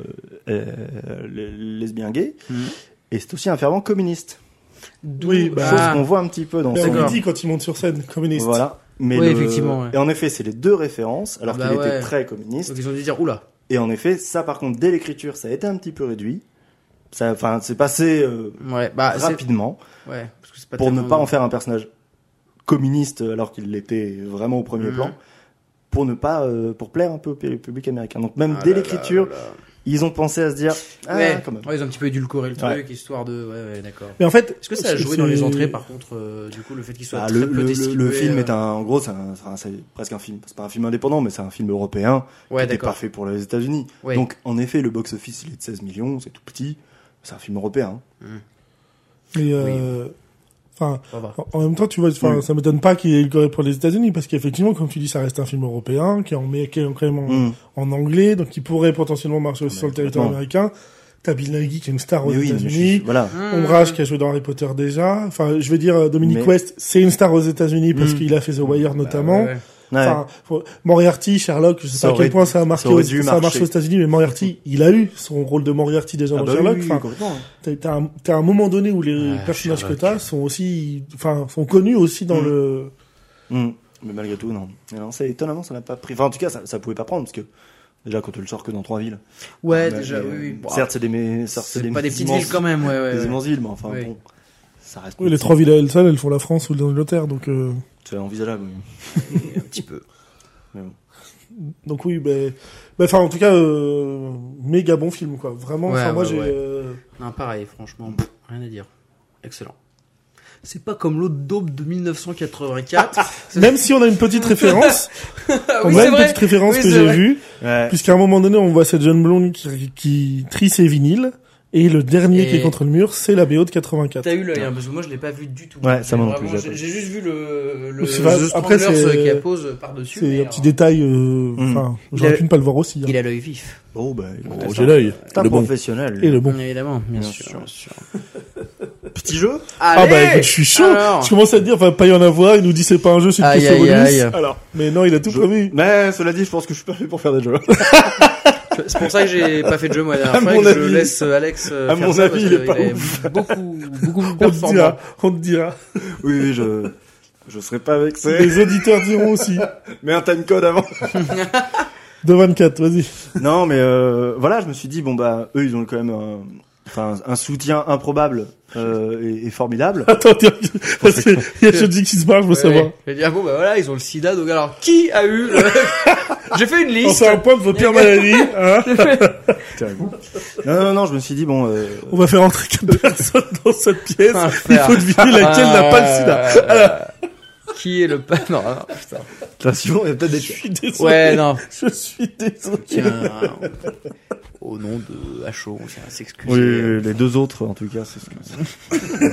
[SPEAKER 1] lesbien gay. Et c'est aussi un fervent communiste.
[SPEAKER 2] Oui,
[SPEAKER 1] chose qu'on voit un petit peu dans
[SPEAKER 2] ce film. Quand il monte sur scène, communiste.
[SPEAKER 1] Voilà. Mais
[SPEAKER 3] effectivement. Ouais.
[SPEAKER 1] Et en effet, c'est les deux références, alors qu'il était très communiste.
[SPEAKER 3] Donc ils ont dû dire, oula.
[SPEAKER 1] Et en effet, ça par contre, dès l'écriture, ça a été un petit peu réduit. C'est passé rapidement.
[SPEAKER 3] Ouais, parce que c'est pas
[SPEAKER 1] pour ne pas en faire un personnage communiste alors qu'il l'était vraiment au premier plan. Pour plaire un peu au public américain. Donc même dès l'écriture, ils ont pensé à se dire quand même.
[SPEAKER 3] Ils ont un petit peu édulcoré le truc, histoire de d'accord.
[SPEAKER 2] Mais en fait,
[SPEAKER 3] est-ce que ça a joué dans les entrées par contre du coup le fait qu'il soit très peu distribué?
[SPEAKER 1] Le film est en gros c'est presque un film, c'est pas un film indépendant mais c'est un film européen qui était pas fait pour les États-Unis. Donc en effet le box-office il est de 16 millions, c'est tout petit, c'est un film européen.
[SPEAKER 2] Mais enfin, en même temps, tu vois, ça m'étonne pas qu'il ait édulcoré pour les États-Unis, parce qu'effectivement, comme tu dis, ça reste un film européen, qui est quand même en anglais, donc qui pourrait potentiellement marcher aussi sur le territoire américain. T'as Bill Nighy qui est une star aux États-Unis.
[SPEAKER 1] Voilà.
[SPEAKER 2] Ombrage qui a joué dans Harry Potter déjà. Enfin, je veux dire, Dominic West, c'est une star aux États-Unis parce qu'il a fait The Wire notamment. Enfin, Moriarty, Sherlock, je sais pas à quel point ça a marché aux États-Unis, mais Moriarty, il a eu son rôle de Moriarty déjà dans Sherlock. T'as un moment donné où les personnages que t'as sont connus aussi dans le...
[SPEAKER 1] Mais malgré tout, non, c'est étonnamment, ça n'a pas pris. Enfin, en tout cas, ça pouvait pas prendre parce que déjà quand tu le sors que dans 3 villes.
[SPEAKER 3] Ouais, déjà, oui.
[SPEAKER 1] Certes, c'est
[SPEAKER 3] pas des petites villes quand même,
[SPEAKER 1] des immenses villes, mais enfin bon, ça reste.
[SPEAKER 2] Oui, les 3 villes à elles seules, elles font la France ou l'Angleterre, donc.
[SPEAKER 1] C'est envisageable, oui.
[SPEAKER 3] Un petit peu.
[SPEAKER 1] Mais bon.
[SPEAKER 2] Donc oui, enfin en tout cas, méga bon film quoi. Vraiment, moi j'ai.
[SPEAKER 3] Non, pareil, franchement, rien à dire. Excellent. C'est pas comme l'autre daube de 1984.
[SPEAKER 2] Même si on a une petite référence, que j'ai vue, puisqu'à un moment donné, on voit cette jeune blonde qui trie ses vinyles. Et le dernier qui est contre le mur, c'est la BO de 84.
[SPEAKER 3] T'as eu l'œil, hein, parce que moi je l'ai pas vu du tout.
[SPEAKER 1] Ouais, ça m'a non plus.
[SPEAKER 3] J'ai juste vu le Stranglers qui appose par-dessus.
[SPEAKER 2] C'est un petit détail, j'aurais pu ne pas le voir aussi.
[SPEAKER 3] Il a l'œil vif.
[SPEAKER 2] J'ai l'œil.
[SPEAKER 1] C'est un professionnel.
[SPEAKER 2] Et le bon.
[SPEAKER 3] Évidemment, bien sûr.
[SPEAKER 1] Petit jeu?
[SPEAKER 2] Écoute, je suis chaud. Je commence à te dire, pas y en avoir, il nous dit c'est pas un jeu, c'est une question bonus. Alors, mais non, il a tout prévu.
[SPEAKER 1] Mais, cela dit, je pense que je suis pas fait pour faire des jeux.
[SPEAKER 3] C'est pour ça que j'ai pas fait de jeu moi la dernière fois, que je laisse Alex
[SPEAKER 1] à mon avis, il est pas ouf.
[SPEAKER 3] beaucoup performant.
[SPEAKER 2] On te dira.
[SPEAKER 1] Oui, je serai pas vexé.
[SPEAKER 2] Les auditeurs diront aussi.
[SPEAKER 1] Mets un timecode avant.
[SPEAKER 2] De 24, vas-y.
[SPEAKER 1] Non, mais voilà, je me suis dit eux ils ont quand même un soutien improbable et formidable.
[SPEAKER 2] Attends, parce qu'il y a Shoji qui se marre, je veux savoir.
[SPEAKER 3] J'ai dit voilà, ils ont le sida, donc alors qui a eu J'ai fait une liste.
[SPEAKER 2] On fait un point de vos pires maladies, hein.
[SPEAKER 1] Non, je me suis dit
[SPEAKER 2] on va faire entrer 4 personnes dans cette pièce. Il faut deviner laquelle n'a pas le sida. Alors.
[SPEAKER 3] Qui est le non, putain.
[SPEAKER 1] Attention, il y a peut-être des...
[SPEAKER 2] Je suis désolé.
[SPEAKER 3] Ouais, non.
[SPEAKER 2] Je suis désolé.
[SPEAKER 3] Tiens, au nom de HO, on tient à s'excuser.
[SPEAKER 1] Oui, les 2 autres, en tout cas, s'excusent.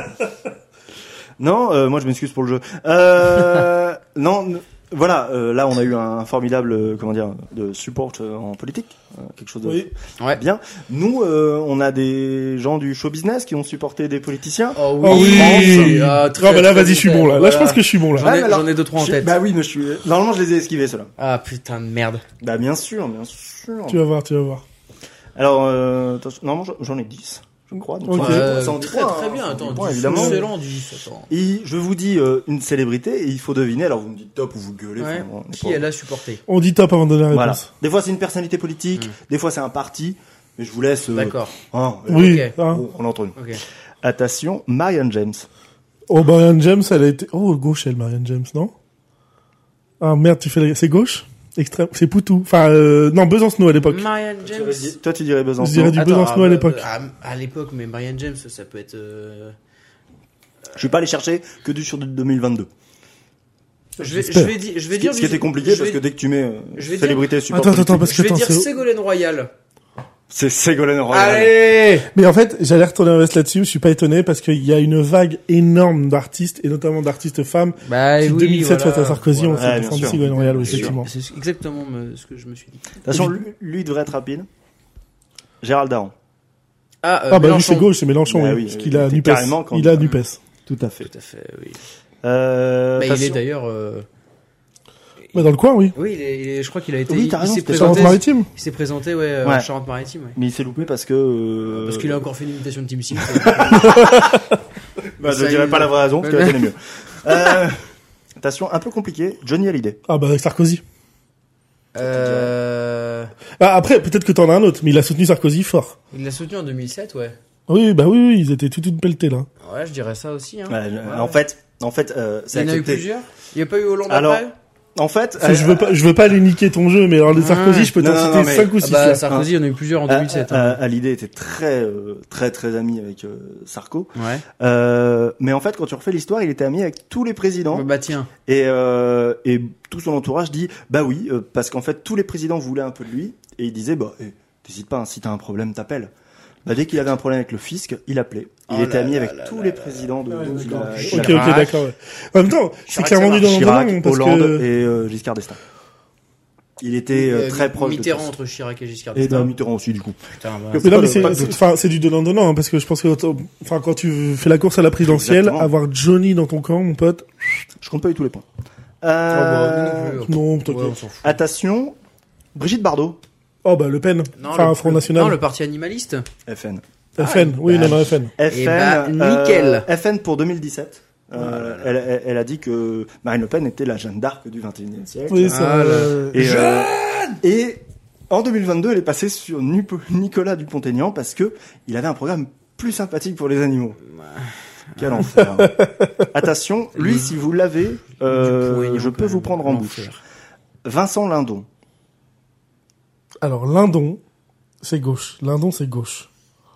[SPEAKER 1] Non, moi je m'excuse pour le jeu. Non, voilà, là on a eu un formidable, de support en politique, quelque chose de bien. Nous, on a des gens du show business qui ont supporté des politiciens.
[SPEAKER 2] Oh oui. Là, vas-y, je suis bon là. Là, je pense que je suis bon là.
[SPEAKER 3] J'en ai 2-3 en tête.
[SPEAKER 1] Bah oui, mais normalement je les ai esquivés ceux-là.
[SPEAKER 3] Ah putain de merde.
[SPEAKER 1] Bah bien sûr.
[SPEAKER 2] Tu vas voir.
[SPEAKER 1] Alors, normalement j'en ai 10. Je crois. Donc
[SPEAKER 3] très bien. Attends,
[SPEAKER 1] évidemment.
[SPEAKER 3] Excellent, 10. Attends.
[SPEAKER 1] Et je vous dis une célébrité et il faut deviner. Alors vous me dites top ou vous gueulez.
[SPEAKER 3] Ouais. Qui elle a supporté?
[SPEAKER 2] On dit top avant de donner la réponse.
[SPEAKER 1] Voilà. Des fois c'est une personnalité politique, des fois c'est un parti. Mais je vous laisse.
[SPEAKER 3] D'accord.
[SPEAKER 2] Oui.
[SPEAKER 3] Okay.
[SPEAKER 1] On l'entend. Okay. Attention, Marianne James.
[SPEAKER 2] Oh, Marianne James, elle a été. Oh, gauche, Marianne James, non? Ah merde, c'est gauche? Extrême, c'est Poutou. Enfin, non, Besancenot à l'époque.
[SPEAKER 3] Marianne James.
[SPEAKER 1] Toi, tu dirais Besancenot.
[SPEAKER 2] Je dirais du Besancenot à l'époque.
[SPEAKER 3] À l'époque, mais Marianne James, ça peut être.
[SPEAKER 1] Je vais pas aller chercher que du sur 2022.
[SPEAKER 3] Je vais dire.
[SPEAKER 1] Ce qui était compliqué parce que dès que tu mets célébrité support.
[SPEAKER 2] Attends, parce que
[SPEAKER 3] je vais dire Ségolène Royal.
[SPEAKER 1] C'est Ségolène Royal.
[SPEAKER 3] Allez!
[SPEAKER 2] Mais en fait, j'allais retourner en veste là-dessus, je suis pas étonné parce qu'il y a une vague énorme d'artistes, et notamment d'artistes femmes, qui 2007 face à Sarkozy, on s'est défendu Ségolène Royal, effectivement.
[SPEAKER 3] C'est exactement ce que je me suis dit.
[SPEAKER 1] De toute façon, lui devrait être rapide. Gérald Darron.
[SPEAKER 2] Bah lui c'est gauche, c'est Mélenchon,
[SPEAKER 1] Bah
[SPEAKER 2] oui, parce qu'il a Nupes. Il a Nupes.
[SPEAKER 1] Tout à fait.
[SPEAKER 3] Oui.
[SPEAKER 1] Il
[SPEAKER 3] est d'ailleurs...
[SPEAKER 2] Bah dans le coin, oui.
[SPEAKER 3] Oui, je crois qu'il a été...
[SPEAKER 1] Oui, t'as raison,
[SPEAKER 3] il
[SPEAKER 2] Charente-Maritime.
[SPEAKER 3] Il s'est présenté, en Charente-Maritime, ouais.
[SPEAKER 1] Mais il s'est loupé parce que...
[SPEAKER 3] Parce qu'il a encore fait une imitation de Tim Sims.
[SPEAKER 1] Je dirais pas la vraie raison, parce que la tienne est mieux. Attention, un peu compliqué. Johnny Hallyday.
[SPEAKER 2] Ah bah avec Sarkozy. Après, peut-être que t'en as un autre, mais il a soutenu Sarkozy fort.
[SPEAKER 3] Il l'a soutenu en 2007, ouais.
[SPEAKER 2] Oui, ils étaient toute une pelletée, là.
[SPEAKER 3] Ouais, je dirais ça aussi, hein.
[SPEAKER 1] En fait,
[SPEAKER 3] il y en a eu plusieurs. Il n'y a pas eu Hollande après?
[SPEAKER 1] En fait,
[SPEAKER 2] je veux pas aller niquer ton jeu, mais alors les Sarkozy, je peux t'en citer 5 ou 6.
[SPEAKER 3] Sarkozy, il y en a eu plusieurs en 2007.
[SPEAKER 1] Hallyday était très ami avec Sarko.
[SPEAKER 3] Ouais.
[SPEAKER 1] Mais en fait, quand tu refais l'histoire, il était ami avec tous les présidents.
[SPEAKER 3] Bah tiens.
[SPEAKER 1] Et tout son entourage dit bah oui, parce qu'en fait tous les présidents voulaient un peu de lui, et il disait t'hésites pas, hein, si t'as un problème, t'appelles. Bah dès qu'il avait un problème avec le fisc, il appelait. Il était ami avec tous les présidents de.
[SPEAKER 2] Ok, d'accord. Ouais. En même temps, c'est clairement du
[SPEAKER 1] Chirac,
[SPEAKER 2] parce
[SPEAKER 1] Hollande
[SPEAKER 2] que...
[SPEAKER 1] et Giscard d'Estaing. Il était très proche.
[SPEAKER 3] Mitterrand
[SPEAKER 1] de
[SPEAKER 3] entre Chirac et Giscard d'Estaing.
[SPEAKER 1] Et Mitterrand aussi du coup.
[SPEAKER 3] Putain,
[SPEAKER 2] mais non, mais c'est du donnant-donnant, hein, parce que je pense que quand tu fais la course à la présidentielle, exactement. Avoir Johnny dans ton camp, mon pote.
[SPEAKER 1] Je compte pas eu tous les points.
[SPEAKER 2] Non, t'inquiète.
[SPEAKER 1] Attention, Brigitte Bardot.
[SPEAKER 2] Oh bah Le Pen, Front National.
[SPEAKER 3] Non, le parti animaliste.
[SPEAKER 1] FN.
[SPEAKER 2] FN, oui, non, FN.
[SPEAKER 3] Nickel.
[SPEAKER 1] FN pour 2017. Elle a dit que Marine Le Pen était la Jeanne d'Arc du 21e siècle.
[SPEAKER 2] Oui, ça.
[SPEAKER 1] Et en 2022, elle est passée sur Nicolas Dupont-Aignan parce que il avait un programme plus sympathique pour les animaux. Quel enfer. Attention, lui, si vous l'avez, je peux vous prendre en bouche. Vincent Lindon.
[SPEAKER 2] Alors, Lindon, c'est gauche. Lindon, c'est gauche.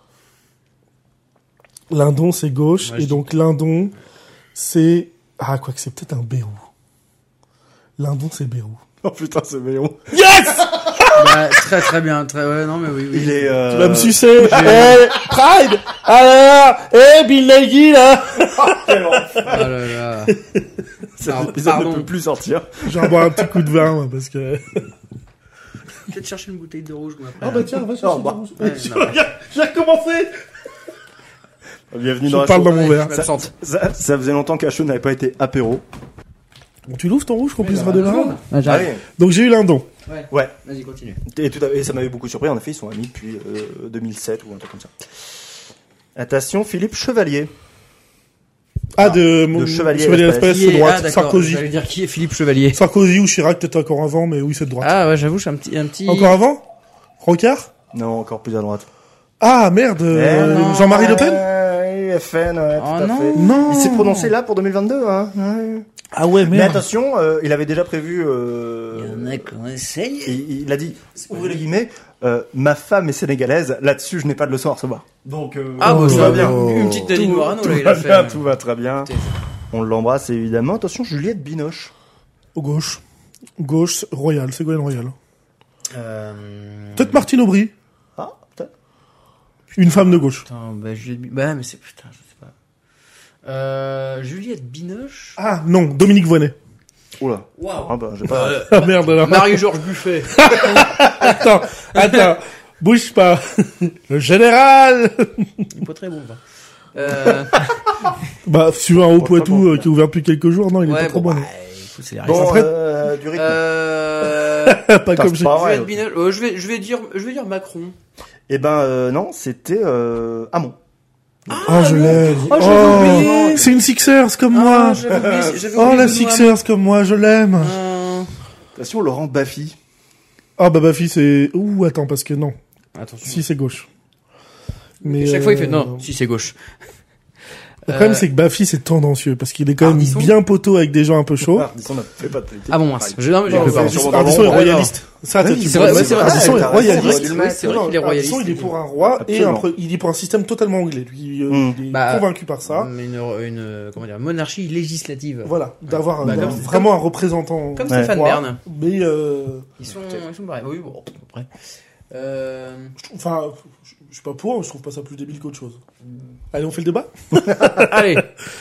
[SPEAKER 2] Et donc Lindon, c'est... Ah, quoi que c'est peut-être un Bérou. Lindon, c'est Bérou.
[SPEAKER 1] Oh putain, c'est Bérou.
[SPEAKER 2] Yes!
[SPEAKER 3] Très bien. Ouais, non, mais oui.
[SPEAKER 1] Il est...
[SPEAKER 2] Tu vas me sucer. Pride! Alors, Bill Nighy, là!
[SPEAKER 1] Quel enfer.
[SPEAKER 3] Oh là là.
[SPEAKER 1] Cet épisode ne peut plus sortir.
[SPEAKER 2] Je vais boire un petit coup de vin, moi, parce que...
[SPEAKER 3] Peut-être chercher une bouteille de rouge, moi, après.
[SPEAKER 2] Ah bah tiens, va chercher de rouge. J'ai recommencé.
[SPEAKER 1] Bienvenue
[SPEAKER 2] dans mon verre.
[SPEAKER 1] Ça faisait longtemps qu'Achou n'avait pas été apéro.
[SPEAKER 2] Bon, tu l'ouvres ton rouge qu'on puisse redémarrer.
[SPEAKER 3] J'arrive.
[SPEAKER 2] Donc j'ai eu Lindon.
[SPEAKER 1] Ouais.
[SPEAKER 3] Vas-y, continue.
[SPEAKER 1] Et ça m'avait beaucoup surpris. En effet, ils sont amis depuis 2007 ou un truc comme ça. Attention, Philippe Chevalier.
[SPEAKER 2] De
[SPEAKER 1] Chevalier
[SPEAKER 2] Espèce, c'est droite. Sarkozy.
[SPEAKER 3] J'allais dire qui est Philippe Chevalier.
[SPEAKER 2] Sarkozy ou Chirac, peut-être encore avant, mais oui, c'est de droite.
[SPEAKER 3] Ah ouais, j'avoue, je suis un petit...
[SPEAKER 2] Encore avant? Rocard?
[SPEAKER 1] Non, encore plus à droite.
[SPEAKER 2] Ah, merde, Jean-Marie Le Pen?
[SPEAKER 1] FN, tout à fait.
[SPEAKER 2] Non.
[SPEAKER 1] Il s'est prononcé là pour 2022, hein. Ouais.
[SPEAKER 2] Ah ouais, merde.
[SPEAKER 1] Mais attention, il avait déjà prévu,
[SPEAKER 3] Il y en a qu'on essaye.
[SPEAKER 1] Il a dit, ouvrez les guillemets, ma femme est sénégalaise, là-dessus je n'ai pas de leçon à recevoir. Donc,
[SPEAKER 3] tout va bien. Une petite Nadine Morano, là, il a fait.
[SPEAKER 1] Tout va très bien. On l'embrasse évidemment. Attention, Juliette Binoche.
[SPEAKER 2] Au gauche. Gauche, Royal, Ségolène Royal. Peut-être Martine Aubry.
[SPEAKER 1] Ah, peut-être.
[SPEAKER 2] Une femme de gauche.
[SPEAKER 3] Putain, mais c'est putain, je sais pas. Juliette Binoche.
[SPEAKER 2] Ah non, Dominique Voynet.
[SPEAKER 1] Oula.
[SPEAKER 3] Waouh.
[SPEAKER 1] Ah bah j'ai pas.
[SPEAKER 2] Ah merde alors.
[SPEAKER 3] Marie-Georges Buffet.
[SPEAKER 2] Attends. Bouge pas. Le général.
[SPEAKER 3] Il est pas très bon, ça.
[SPEAKER 2] Bah sur un haut Poitou qui est ouvert depuis quelques jours, non, il est pas trop bon.
[SPEAKER 1] Bon,
[SPEAKER 2] après,
[SPEAKER 1] du rythme.
[SPEAKER 2] Pas comme
[SPEAKER 3] Juliette Binoche. Je vais dire Macron.
[SPEAKER 1] Eh ben non, c'était Hamon.
[SPEAKER 2] Ah, je l'aime.
[SPEAKER 3] Oh,
[SPEAKER 2] c'est une Sixers comme moi.
[SPEAKER 3] Oh,
[SPEAKER 2] la Sixers comme moi, je l'aime.
[SPEAKER 1] Attention, Laurent Baffy.
[SPEAKER 2] Ah bah Baffy c'est... Ouh, attends, parce que non.
[SPEAKER 3] Attention.
[SPEAKER 2] Si, c'est gauche. Mais
[SPEAKER 3] chaque fois il fait non, si c'est gauche.
[SPEAKER 2] Le problème c'est que Baffy c'est tendancieux, parce qu'il est quand même bien poteau avec des gens un peu chauds.
[SPEAKER 1] Ardisson n'a fait pas de politique.
[SPEAKER 3] Ah bon, mince. Non, mais j'ai fait pas.
[SPEAKER 2] Ardisson est royaliste. Ça,
[SPEAKER 3] c'est vrai.
[SPEAKER 2] Ardisson est royaliste.
[SPEAKER 3] C'est vrai qu'il est royaliste.
[SPEAKER 2] Ardisson, il est pour un roi et il est pour un système totalement anglais. Lui, il est convaincu par ça.
[SPEAKER 3] Une monarchie législative.
[SPEAKER 2] Voilà, d'avoir vraiment un représentant.
[SPEAKER 3] Comme Stéphane Bern.
[SPEAKER 2] Mais
[SPEAKER 3] ils sont pareils. Oui, bon, après.
[SPEAKER 2] Enfin, je suis pas pour, je trouve pas ça plus débile qu'autre chose. Allez, on fait le débat.
[SPEAKER 3] Allez.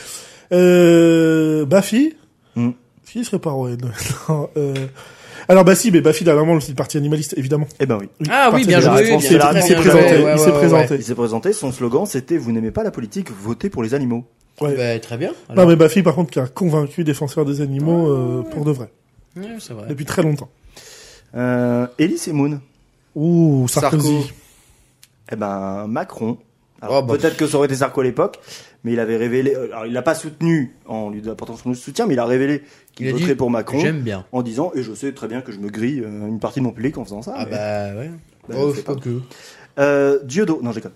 [SPEAKER 2] Buffy. Qui serait pas Rowan? Alors mais Buffy dernièrement c'est le parti animaliste évidemment.
[SPEAKER 1] Eh ben oui.
[SPEAKER 3] Ah oui, bien joué.
[SPEAKER 2] Il s'est présenté.
[SPEAKER 1] Il s'est présenté. Son slogan c'était vous n'aimez pas la politique, votez pour les animaux.
[SPEAKER 2] Ouais.
[SPEAKER 3] Bah, très bien.
[SPEAKER 2] Alors. Non mais Buffy par contre qui est un convaincu défenseur des animaux pour de vrai.
[SPEAKER 3] Ouais, c'est vrai.
[SPEAKER 2] Depuis très longtemps.
[SPEAKER 1] Elise et Moon.
[SPEAKER 2] Ouh, Sarkozy.
[SPEAKER 1] Eh ben Macron. Alors, peut-être que ça aurait été Sarko à l'époque, mais il avait révélé. Alors il l'a pas soutenu en lui apportant son soutien, mais il a révélé qu'il voterait pour Macron.
[SPEAKER 3] J'aime bien.
[SPEAKER 1] En disant et je sais très bien que je me grille une partie de mon public en faisant ça.
[SPEAKER 3] Ah
[SPEAKER 1] mais...
[SPEAKER 3] bah ouais.
[SPEAKER 1] Bah,
[SPEAKER 3] je sais pas
[SPEAKER 1] que. Dieudo. Non, j'ai quand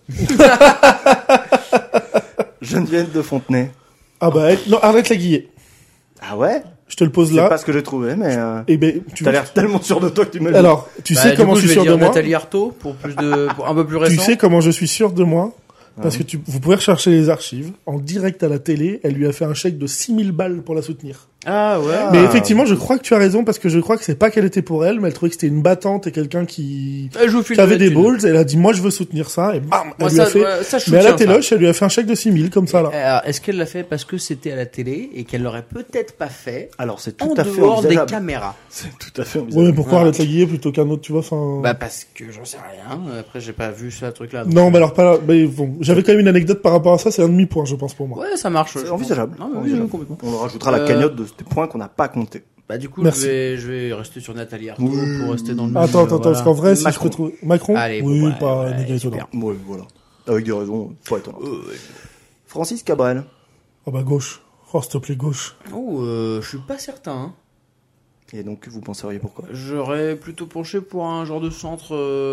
[SPEAKER 1] Geneviève de Fontenay.
[SPEAKER 2] Ah bah non, arrête la guillée.
[SPEAKER 1] Ah ouais.
[SPEAKER 2] Je te le pose là.
[SPEAKER 1] C'est pas ce que j'ai trouvé, mais.
[SPEAKER 2] Eh ben,
[SPEAKER 1] t'as l'air tellement sûr de toi que tu m'as.
[SPEAKER 2] Alors, tu sais comment je suis sûr de moi.
[SPEAKER 3] Nathalie Arthaud pour un peu plus récent.
[SPEAKER 2] Tu sais comment je suis sûr de moi. Parce que vous pouvez rechercher les archives. En direct à la télé, elle lui a fait un chèque de 6000 balles pour la soutenir.
[SPEAKER 3] Ah ouais.
[SPEAKER 2] Mais effectivement, je crois que tu as raison parce que je crois que c'est pas qu'elle était pour elle, mais elle trouvait que c'était une battante et quelqu'un qui avait des balls. Elle a dit moi je veux soutenir ça et bam, elle lui a fait. Mais à la téloche, elle lui a fait un chèque de 6000 comme ça là.
[SPEAKER 3] Alors, est-ce qu'elle l'a fait parce que c'était à la télé et qu'elle l'aurait peut-être pas fait?
[SPEAKER 1] Alors c'est
[SPEAKER 3] tout à fait envisageable. En dehors des caméras.
[SPEAKER 1] C'est tout à fait envisageable.
[SPEAKER 2] Ouais, mais pourquoi Arlette Laguillet plutôt qu'un autre, tu vois, enfin.
[SPEAKER 3] Bah parce que j'en sais rien. Après j'ai pas vu ce truc là.
[SPEAKER 2] Non, mais alors pas là. Mais bon, j'avais quand même une anecdote par rapport à ça. C'est un demi-point, je pense pour moi.
[SPEAKER 3] Ouais, ça marche.
[SPEAKER 1] C'est envisageable.
[SPEAKER 3] Non, mais oui, complètement.
[SPEAKER 1] On rajoutera la cagnotte de ces points qu'on n'a pas compté.
[SPEAKER 3] Bah du coup, je vais rester sur Nathalie Arthaud pour rester dans le.
[SPEAKER 2] Attends, parce qu'en vrai, si je peux trouver Macron.
[SPEAKER 3] Allez,
[SPEAKER 2] oui, pas négatif.
[SPEAKER 1] Ouais, voilà. Avec des raisons, pas étonnant. Francis Cabrel.
[SPEAKER 2] Oh bah gauche. Oh s'il te plaît gauche.
[SPEAKER 3] Oh, je suis pas certain. Hein.
[SPEAKER 1] Et donc vous penseriez pourquoi?
[SPEAKER 3] J'aurais plutôt penché pour un genre de centre.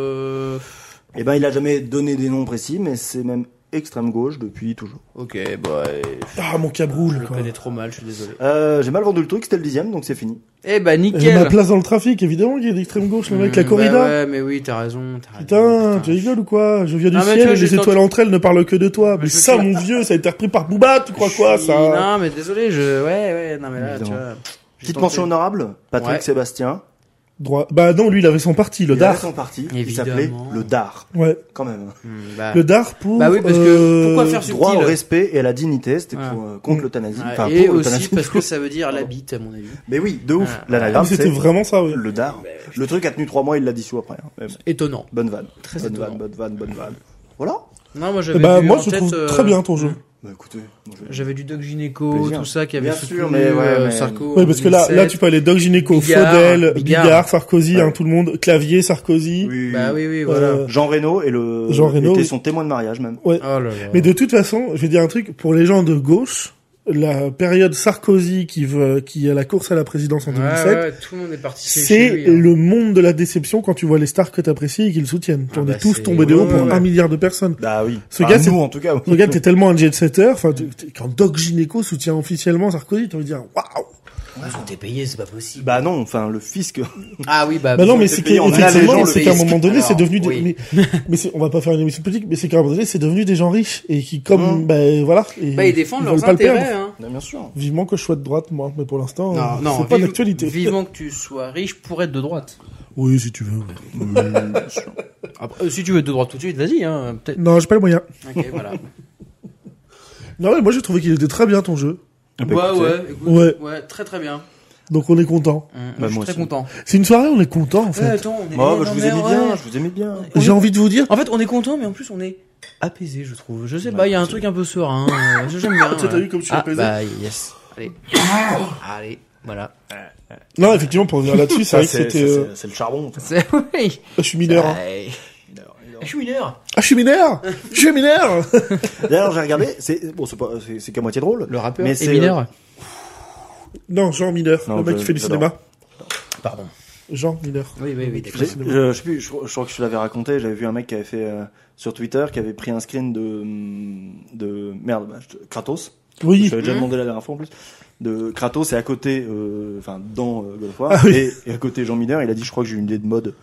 [SPEAKER 1] Eh ben il a jamais donné des noms précis, mais c'est même extrême gauche depuis toujours.
[SPEAKER 3] Ok, bah.
[SPEAKER 2] Ah mon Cabroul.
[SPEAKER 3] Je le connais trop mal, je suis désolé.
[SPEAKER 1] J'ai mal vendu le truc, c'était le 10e, donc c'est fini.
[SPEAKER 3] Eh bah nickel.
[SPEAKER 2] J'ai ma place dans le trafic, évidemment, il y a d'extrême gauche, le mec, la corrida.
[SPEAKER 3] Bah ouais, mais oui, t'as raison.
[SPEAKER 2] Putain, tu rigoles ou quoi? Je viens du ciel et les étoiles entre elles ne parlent que de toi. Mais ça, mon vieux, ça a été repris par Booba, tu crois quoi, ça?
[SPEAKER 3] Non, mais désolé, ouais, non mais là, tu vois.
[SPEAKER 1] Petite mention honorable, Patrick Sébastien.
[SPEAKER 2] Droit. Bah non, lui il avait son parti, le DAR.
[SPEAKER 1] Il avait son parti, il s'appelait le DAR.
[SPEAKER 2] Ouais.
[SPEAKER 1] Quand même.
[SPEAKER 2] Le DAR pour...
[SPEAKER 3] Bah oui, parce que pourquoi faire subtil?
[SPEAKER 1] Droit au respect et à la dignité, c'était contre l'euthanasie.
[SPEAKER 3] Enfin, et pour aussi parce que ça veut dire la bite, à mon avis.
[SPEAKER 1] Mais oui, de ouf. L'anagramme,
[SPEAKER 2] c'était vraiment ça, oui.
[SPEAKER 1] Le DAR. Le truc a tenu 3 mois, il l'a dissous après.
[SPEAKER 3] Étonnant.
[SPEAKER 1] Bonne vanne.
[SPEAKER 3] Très étonnant.
[SPEAKER 1] Bonne vanne. Voilà.
[SPEAKER 2] Non, moi j'avais moi je trouve très bien ton jeu.
[SPEAKER 1] Bah écoutez,
[SPEAKER 3] j'avais du Doc Gynéco, tout ça qui avait
[SPEAKER 1] bien sûr, mais
[SPEAKER 3] Sarko.
[SPEAKER 2] Ouais, parce que là tu parlais Doc Gynéco, Faudel, Bigard, Sarkozy, tout le monde, Clavier, Sarkozy.
[SPEAKER 1] Oui.
[SPEAKER 3] Bah oui, voilà.
[SPEAKER 1] Jean Reno était son témoin de mariage même.
[SPEAKER 2] Ouais.
[SPEAKER 3] Oh là là.
[SPEAKER 2] Mais de toute façon, je vais dire un truc pour les gens de gauche. La période Sarkozy qui a la course à la présidence en 2007,
[SPEAKER 3] tout le monde est parti.
[SPEAKER 2] C'est le monde de la déception quand tu vois les stars que t'apprécies et qu'ils soutiennent. On est tous tombés de haut pour 1 milliard de personnes.
[SPEAKER 1] Bah oui.
[SPEAKER 2] Ce gars,
[SPEAKER 1] nous en tout cas.
[SPEAKER 2] Ce gars, t'es tellement un jet-setter. Enfin, quand Doc Gynéco soutient officiellement Sarkozy, tu vas dire waouh.
[SPEAKER 3] Ils ont été payés, c'est pas possible.
[SPEAKER 1] Bah non, enfin le fisc.
[SPEAKER 3] Ah oui, bah
[SPEAKER 2] non, mais c'est qu'effectivement, c'est qu'à un moment donné, c'est devenu
[SPEAKER 3] oui.
[SPEAKER 2] mais on va pas faire une émission politique, mais c'est qu'à un moment donné, c'est devenu des gens riches et qui comme voilà.
[SPEAKER 3] Bah ils défendent leurs intérêts, hein.
[SPEAKER 1] Bien sûr.
[SPEAKER 2] Vivement que je sois de droite, moi, mais pour l'instant,
[SPEAKER 3] non,
[SPEAKER 2] c'est pas d'actualité.
[SPEAKER 3] Vivement que tu sois riche pour être de droite.
[SPEAKER 2] Oui, si tu veux.
[SPEAKER 1] Bien sûr.
[SPEAKER 3] Après, si tu veux être de droite tout de suite, vas-y, hein. Peut-être.
[SPEAKER 2] Non, j'ai pas les moyens.
[SPEAKER 3] Ok, voilà.
[SPEAKER 2] Non, mais moi j'ai trouvé qu'il était très bien ton jeu.
[SPEAKER 3] Ouais, très très bien.
[SPEAKER 2] Donc on est content.
[SPEAKER 3] Je suis très content.
[SPEAKER 2] C'est une soirée, on est content en fait.
[SPEAKER 3] Attends,
[SPEAKER 1] je vous aimais bien.
[SPEAKER 2] J'ai envie de vous dire.
[SPEAKER 3] En fait, on est content, mais en plus on est apaisé, je trouve. Je sais pas, il y a un truc un peu serein. J'aime bien.
[SPEAKER 2] T'as vu comme je suis apaisé?
[SPEAKER 3] Bah yes. Allez, voilà.
[SPEAKER 2] Non, effectivement, pour revenir là-dessus, c'est vrai que c'était.
[SPEAKER 1] C'est le charbon.
[SPEAKER 3] Oui.
[SPEAKER 2] Je suis mineur.
[SPEAKER 3] Je suis mineur.
[SPEAKER 2] Ah, je suis mineur. Je suis mineur.
[SPEAKER 1] D'ailleurs, j'ai regardé. C'est qu'à moitié drôle.
[SPEAKER 3] Le rappeur est mineur.
[SPEAKER 2] Non, Jean Mineur, le mec qui fait du cinéma.
[SPEAKER 3] Pardon.
[SPEAKER 2] Jean Mineur.
[SPEAKER 3] Oui.
[SPEAKER 1] Je sais plus, je crois que je l'avais raconté, j'avais vu un mec qui avait fait sur Twitter, qui avait pris un screen de Kratos.
[SPEAKER 2] Oui.
[SPEAKER 1] J'avais déjà demandé la dernière fois en plus. De Kratos et à côté, dans God of War, et à côté Jean Mineur, il a dit, je crois que j'ai une idée de mode.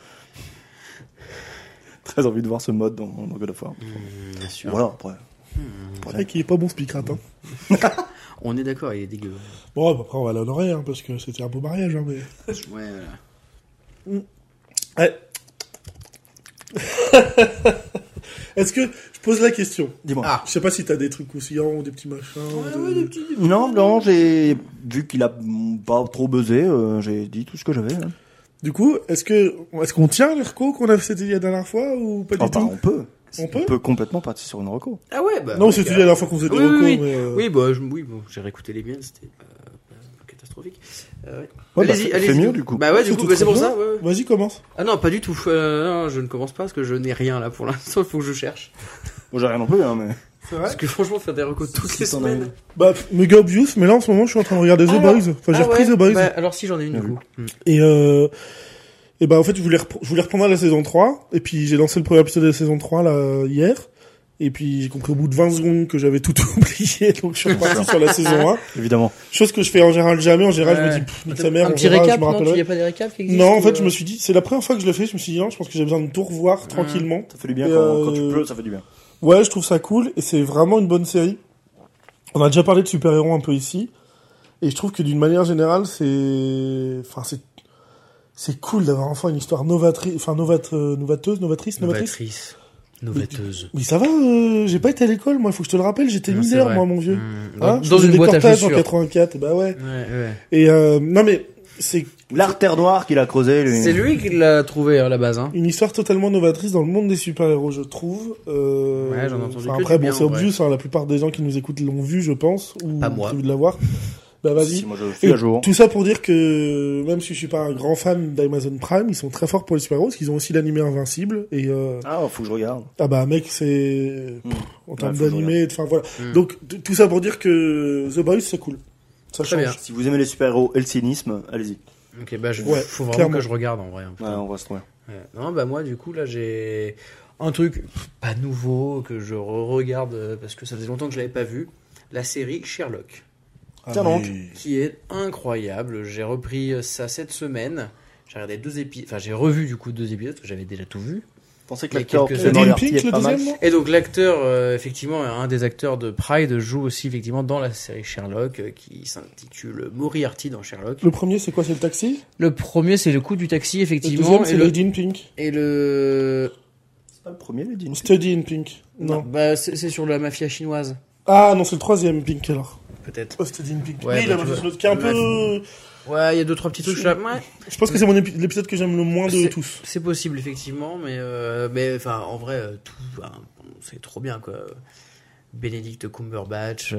[SPEAKER 1] Très envie de voir ce mode dans God of War.
[SPEAKER 3] Bien sûr.
[SPEAKER 1] Voilà, après.
[SPEAKER 2] C'est vrai qu'il est pas bon ce Picrat, hein.
[SPEAKER 3] On est d'accord, il est dégueu.
[SPEAKER 2] Bon, après on va l'honorer, hein, parce que c'était un beau mariage, hein, mais...
[SPEAKER 3] Ouais, voilà.
[SPEAKER 2] Ouais. Est-ce que je pose la question?
[SPEAKER 1] Dis-moi.
[SPEAKER 2] Ah. Je sais pas si t'as des trucs croustillants ou des petits machins.
[SPEAKER 3] Ouais, des petits...
[SPEAKER 1] Non, j'ai vu qu'il a pas trop buzzé, j'ai dit tout ce que j'avais. Hein.
[SPEAKER 2] Du coup, est-ce qu'on tient les recos qu'on a fait la dernière fois ou pas du tout?
[SPEAKER 1] On peut. On peut complètement partir sur une reco.
[SPEAKER 3] Ah ouais, bah.
[SPEAKER 2] Non, c'était la dernière fois qu'on faisait des recos. Mais
[SPEAKER 3] Oui, bon, j'ai réécouté les miennes, c'était pas catastrophique.
[SPEAKER 1] Allez-y. C'est mieux du coup.
[SPEAKER 3] Bah ouais, du coup, c'est pour ça. Ouais.
[SPEAKER 2] Vas-y, commence.
[SPEAKER 3] Ah non, pas du tout. Non, je ne commence pas parce que je n'ai rien là pour l'instant. Il faut que je cherche.
[SPEAKER 1] Moi, j'ai rien non plus, hein, mais.
[SPEAKER 2] C'est vrai.
[SPEAKER 3] Parce que franchement, faire des recos toutes les semaines.
[SPEAKER 2] Bah, Mega Obvious, mais là en ce moment, je suis en train de regarder The Boys. Enfin, j'ai repris The Boys.
[SPEAKER 3] Bah, alors si, j'en ai une du coup.
[SPEAKER 2] Et bah en fait je voulais reprendre la saison 3 et puis j'ai lancé le premier épisode de la saison 3 là hier et puis j'ai compris au bout de 20 secondes que j'avais tout oublié donc je suis reparti sur la saison 1.
[SPEAKER 1] Évidemment.
[SPEAKER 2] Chose que je fais en général jamais, je me dis nique sa mère,
[SPEAKER 3] un petit récap, non, il y a pas des récaps qui existent.
[SPEAKER 2] Non, en fait, je me suis dit c'est la première fois que je le fais, je me suis dit non, je pense que j'ai besoin de tout revoir tranquillement.
[SPEAKER 1] Ça fait du bien quand tu peux, ça fait du bien.
[SPEAKER 2] Ouais, je trouve ça cool et c'est vraiment une bonne série. On a déjà parlé de super-héros un peu ici et je trouve que d'une manière générale, c'est cool d'avoir enfin une histoire novatrice. Mais ça va, j'ai pas été à l'école, moi, il faut que je te le rappelle, j'étais mineur, moi, mon vieux.
[SPEAKER 3] Dans une boîte à chaussures.
[SPEAKER 2] En 84, bah ouais.
[SPEAKER 3] Ouais.
[SPEAKER 2] Et non mais, c'est...
[SPEAKER 1] L'artère noire qu'il a creusé, lui.
[SPEAKER 3] C'est lui qui l'a trouvé à la base, hein.
[SPEAKER 2] Une histoire totalement novatrice dans le monde des super-héros, je trouve.
[SPEAKER 3] Ouais, j'en ai entendu que
[SPEAKER 2] après,
[SPEAKER 3] du bien,
[SPEAKER 2] c'est obvious, hein, la plupart des gens qui nous écoutent l'ont vu, je pense, ou
[SPEAKER 3] pas moi.
[SPEAKER 2] prévu de la voir. Bah vas-y.
[SPEAKER 1] Si, moi je suis à jour.
[SPEAKER 2] Tout ça pour dire que même si je suis pas un grand fan d'Amazon Prime, ils sont très forts pour les super-héros parce qu'ils ont aussi l'animé Invincible et
[SPEAKER 1] faut que je regarde.
[SPEAKER 2] Ah bah mec, c'est en termes d'animé, enfin voilà. Donc tout ça pour dire que The Boys c'est cool. Ça change.
[SPEAKER 1] Bien. Si vous aimez les super-héros et le cynisme, allez-y.
[SPEAKER 3] OK, bah faut vraiment que je regarde en vrai.
[SPEAKER 1] Ouais, on va se trouver.
[SPEAKER 3] Ouais. Non, bah moi du coup là j'ai un truc pas nouveau que je regarde parce que ça faisait longtemps que je l'avais pas vu, la série Sherlock.
[SPEAKER 1] Tiens donc.
[SPEAKER 3] Qui est incroyable. J'ai repris ça cette semaine. J'ai regardé 2 épisodes. Enfin, j'ai revu du coup 2 épisodes parce que j'avais déjà tout vu.
[SPEAKER 1] Je pensais que l'acteur
[SPEAKER 2] est pas mal.
[SPEAKER 3] Et donc l'acteur, effectivement, un des acteurs de Pride joue aussi effectivement dans la série Sherlock qui s'intitule Moriarty dans Sherlock.
[SPEAKER 2] Le premier, c'est quoi? C'est le taxi?
[SPEAKER 3] Le premier, c'est le coup du taxi, effectivement.
[SPEAKER 2] Le deuxième, c'est Lady in Pink.
[SPEAKER 3] Et le...
[SPEAKER 1] C'est pas le premier, Lady in Pink.
[SPEAKER 2] Study in Pink. Non.
[SPEAKER 3] Bah, c'est sur la mafia chinoise.
[SPEAKER 2] Ah non, c'est le troisième Pink alors.
[SPEAKER 3] Peut-être.
[SPEAKER 2] Oh, Study in Pink.
[SPEAKER 3] Ouais,
[SPEAKER 2] oui, la mafia chinoise qui est un peu...
[SPEAKER 3] Ouais, il y a 2-3 petits trucs là. Ouais.
[SPEAKER 2] Je pense que c'est l'épisode que j'aime le moins de tous.
[SPEAKER 3] C'est possible, effectivement, mais enfin, en vrai, c'est trop bien, quoi. Benedict Cumberbatch,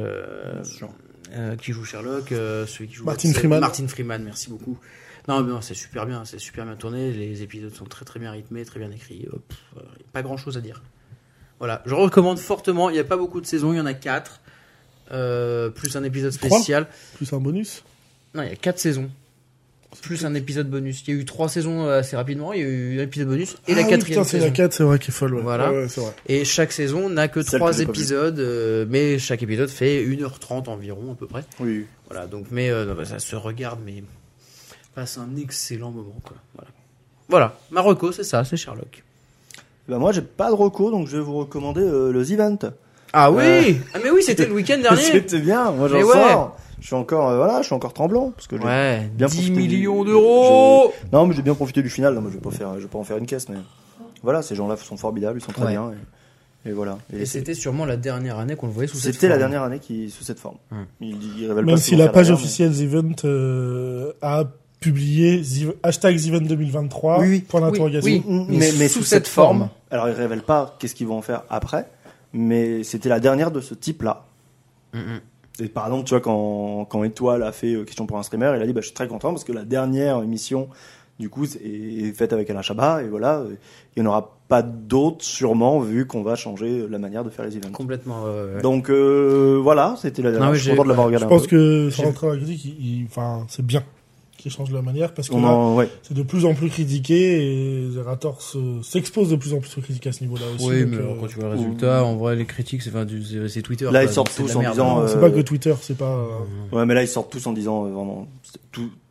[SPEAKER 3] qui joue Sherlock, celui qui joue
[SPEAKER 2] Martin Freeman.
[SPEAKER 3] Martin Freeman, merci beaucoup. Non, c'est super bien tourné. Les épisodes sont très très bien rythmés, très bien écrits. Pas grand chose à dire. Voilà, je recommande fortement. Il n'y a pas beaucoup de saisons, il y en a 4, plus un épisode spécial.
[SPEAKER 2] 3 plus un bonus.
[SPEAKER 3] Non, il y a 4 saisons. Plus un épisode bonus. Il y a eu 3 saisons assez rapidement. Il y a eu un épisode bonus et la 4e saison.
[SPEAKER 2] C'est la 4, c'est vrai qu'il est folle. Ouais.
[SPEAKER 3] Voilà.
[SPEAKER 2] Ouais, c'est vrai.
[SPEAKER 3] Et chaque saison n'a que 3 épisodes, mais chaque épisode fait 1h30 environ à peu près.
[SPEAKER 1] Oui.
[SPEAKER 3] Voilà. Donc, ça se regarde, mais passe un excellent moment, quoi. Voilà. Ma reco, c'est ça, c'est Sherlock.
[SPEAKER 1] Bah moi, j'ai pas de reco, donc je vais vous recommander le The Event.
[SPEAKER 3] Ah oui. Ah mais oui, c'était le week-end dernier.
[SPEAKER 1] C'était bien. Moi, j'en sors. Je suis encore tremblant parce que j'ai bien
[SPEAKER 3] 10 millions d'euros.
[SPEAKER 1] Non, mais j'ai bien profité du final. Non, moi, je vais pas en faire une caisse, mais voilà, ces gens-là sont formidables, ils sont très bien. Et voilà.
[SPEAKER 3] Et c'était sûrement la dernière année qu'on le voyait sous cette forme.
[SPEAKER 1] C'était la dernière année sous cette forme. Il révèle
[SPEAKER 2] même si la page officielle The Event a publié hashtag The Event 2023 point d'interrogation.
[SPEAKER 1] Mais sous cette forme. Alors, ils révèlent pas qu'est-ce qu'ils vont en faire après, mais c'était la dernière de ce type-là. Et par exemple, tu vois, quand Étoile a fait Question pour un streamer, il a dit je suis très content parce que la dernière émission, du coup, est faite avec Alain Chabat, et voilà, il n'y en aura pas d'autres, sûrement, vu qu'on va changer la manière de faire les events.
[SPEAKER 3] Complètement,
[SPEAKER 1] Donc, voilà, c'était la dernière. Je suis content de l'avoir regardé un peu.
[SPEAKER 2] Je pense que, sans rentrer dans la critique, c'est bien qu'ils changent la manière, parce que c'est de plus en plus critiqué, et Zerator s'expose de plus en plus aux critiques à ce niveau-là aussi.
[SPEAKER 3] Oui, mais quand tu vois le résultat, en vrai, les critiques, c'est Twitter.
[SPEAKER 1] Là, ils sortent tous en disant...
[SPEAKER 2] C'est pas que Twitter, c'est pas...
[SPEAKER 1] Ouais, mais là, ils sortent tous en disant, vraiment,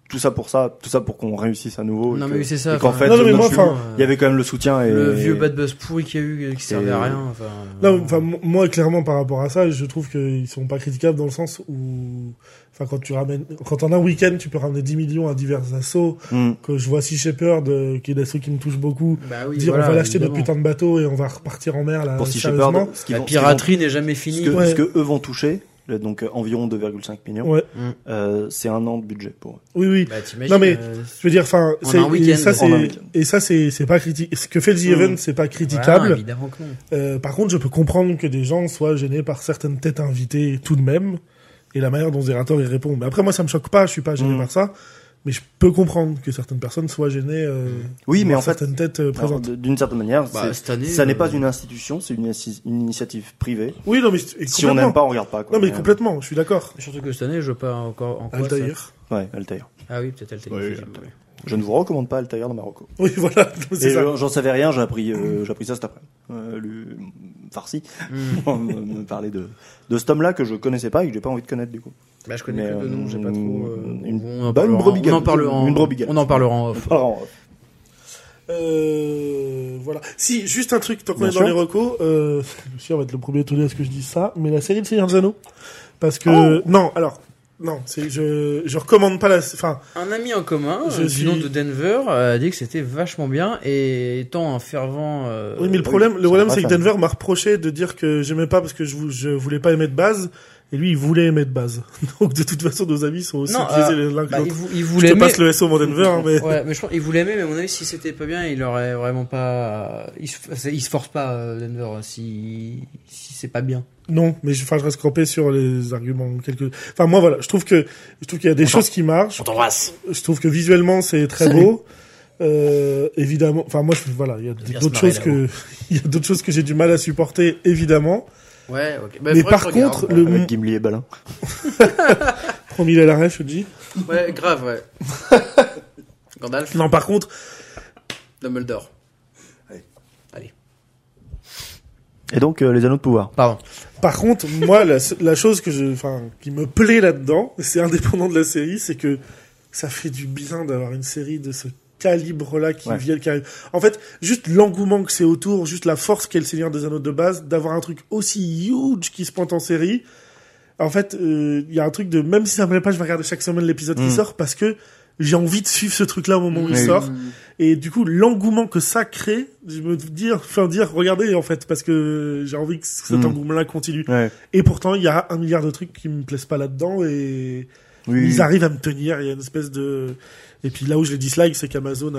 [SPEAKER 1] tout ça pour qu'on réussisse à nouveau.
[SPEAKER 3] Non, mais c'est ça.
[SPEAKER 1] Et qu'en fait, il y avait quand même le soutien et
[SPEAKER 3] le vieux bad buzz pourri qu'il y a eu, qui servait à rien.
[SPEAKER 2] Moi, clairement, par rapport à ça, je trouve qu'ils sont pas critiquables dans le sens où, quand en un week-end, tu peux ramener 10 millions à divers assos, que je vois Sea Shepherd, qui est l'assaut qui me touche beaucoup, dire on va l'acheter notre putain de bateau et on va repartir en mer, là,
[SPEAKER 1] pour Sea Shepherd,
[SPEAKER 3] la piraterie n'est jamais finie.
[SPEAKER 1] Ce que eux vont toucher, donc environ 2,5 millions, c'est un an de budget pour eux.
[SPEAKER 2] Oui. Non mais, je veux dire, c'est pas critique. Ce que fait le The Event, c'est pas critiquable.
[SPEAKER 3] Évidemment que non.
[SPEAKER 2] Par contre, je peux comprendre que des gens soient gênés par certaines têtes invitées tout de même, et la manière dont Zerator y répond. Mais après, moi, ça me choque pas, je suis pas gêné par ça. Mais je peux comprendre que certaines personnes soient gênées.
[SPEAKER 1] Mais en fait,
[SPEAKER 2] certaines têtes présentes.
[SPEAKER 1] D'une certaine manière,
[SPEAKER 3] cette année,
[SPEAKER 1] ça n'est pas une institution, c'est une initiative privée.
[SPEAKER 2] Oui, non, mais
[SPEAKER 1] si on n'aime pas, on regarde pas. Quoi.
[SPEAKER 2] Non, mais complètement, je suis d'accord.
[SPEAKER 3] Surtout que cette année, je veux pas encore en quoi.
[SPEAKER 2] Altaïr.
[SPEAKER 1] Ouais, Altaïr.
[SPEAKER 3] Ah oui, peut-être Altaïr.
[SPEAKER 1] Oui, je ne vous recommande pas Altaïr dans Marocco.
[SPEAKER 2] Oui, voilà.
[SPEAKER 1] Et j'en savais rien, j'ai appris ça cet après. Farsi. On me parlait de cet homme-là que je connaissais pas et que j'ai pas envie de connaître du coup.
[SPEAKER 3] Bah, je connais que de nom, j'ai pas trop.
[SPEAKER 1] Une bonne brebis galette.
[SPEAKER 3] On en parlera en off.
[SPEAKER 2] Voilà. Si, juste un truc, tant qu'on est dans les recos, on va être le premier étonné à ce que je dise ça, mais la série de Seigneur des Anneaux. Parce que, je recommande pas
[SPEAKER 3] un ami en commun, du nom de Denver, a dit que c'était vachement bien, et étant un fervent,
[SPEAKER 2] oui, mais le problème, c'est que Denver m'a reproché de dire que j'aimais pas parce que je voulais pas aimer de base. Et lui, il voulait aimer de base. Donc, de toute façon, nos amis sont aussi biaisés l'un que l'autre.
[SPEAKER 3] Il voulait aimer.
[SPEAKER 2] Je te passe le SO mon Denver, mais.
[SPEAKER 3] Ouais, mais je pense, il voulait aimer, mais à mon avis, si c'était pas bien, il aurait vraiment pas, il se force pas, Denver, si c'est pas bien.
[SPEAKER 2] Non, mais je reste campé sur les arguments moi, voilà. Je trouve qu'il y a des choses qui marchent.
[SPEAKER 3] On t'embrasse.
[SPEAKER 2] Je trouve que visuellement, c'est très beau. Évidemment, il y a d'autres choses que j'ai du mal à supporter, évidemment.
[SPEAKER 3] Ouais, ok.
[SPEAKER 2] Mais par contre,
[SPEAKER 1] avec Gimli et Balin.
[SPEAKER 2] Promis à la ref, je dis.
[SPEAKER 3] Ouais, grave, ouais. Gandalf.
[SPEAKER 2] Non, par contre.
[SPEAKER 3] Dumbledore. Allez.
[SPEAKER 1] Et donc, les anneaux de pouvoir.
[SPEAKER 3] Pardon.
[SPEAKER 2] Par contre, moi, la chose qui me plaît là-dedans, c'est indépendant de la série, c'est que ça fait du bien d'avoir une série de ce calibre-là qui arrive. En fait, juste l'engouement que c'est autour, juste la force qu'est le Seigneur des Anneaux de base, d'avoir un truc aussi huge qui se pointe en série. En fait, il y a un truc de, même si ça me plaît pas, je vais regarder chaque semaine l'épisode qui sort parce que j'ai envie de suivre ce truc-là au moment où il sort. Et du coup, l'engouement que ça crée, je me dire, regardez, en fait, parce que j'ai envie que cet engouement-là continue. Ouais. Et pourtant, il y a 1 milliard de trucs qui me plaisent pas là-dedans et ils arrivent à me tenir. Il y a une espèce de... Et puis là où je les dislike, c'est qu'Amazon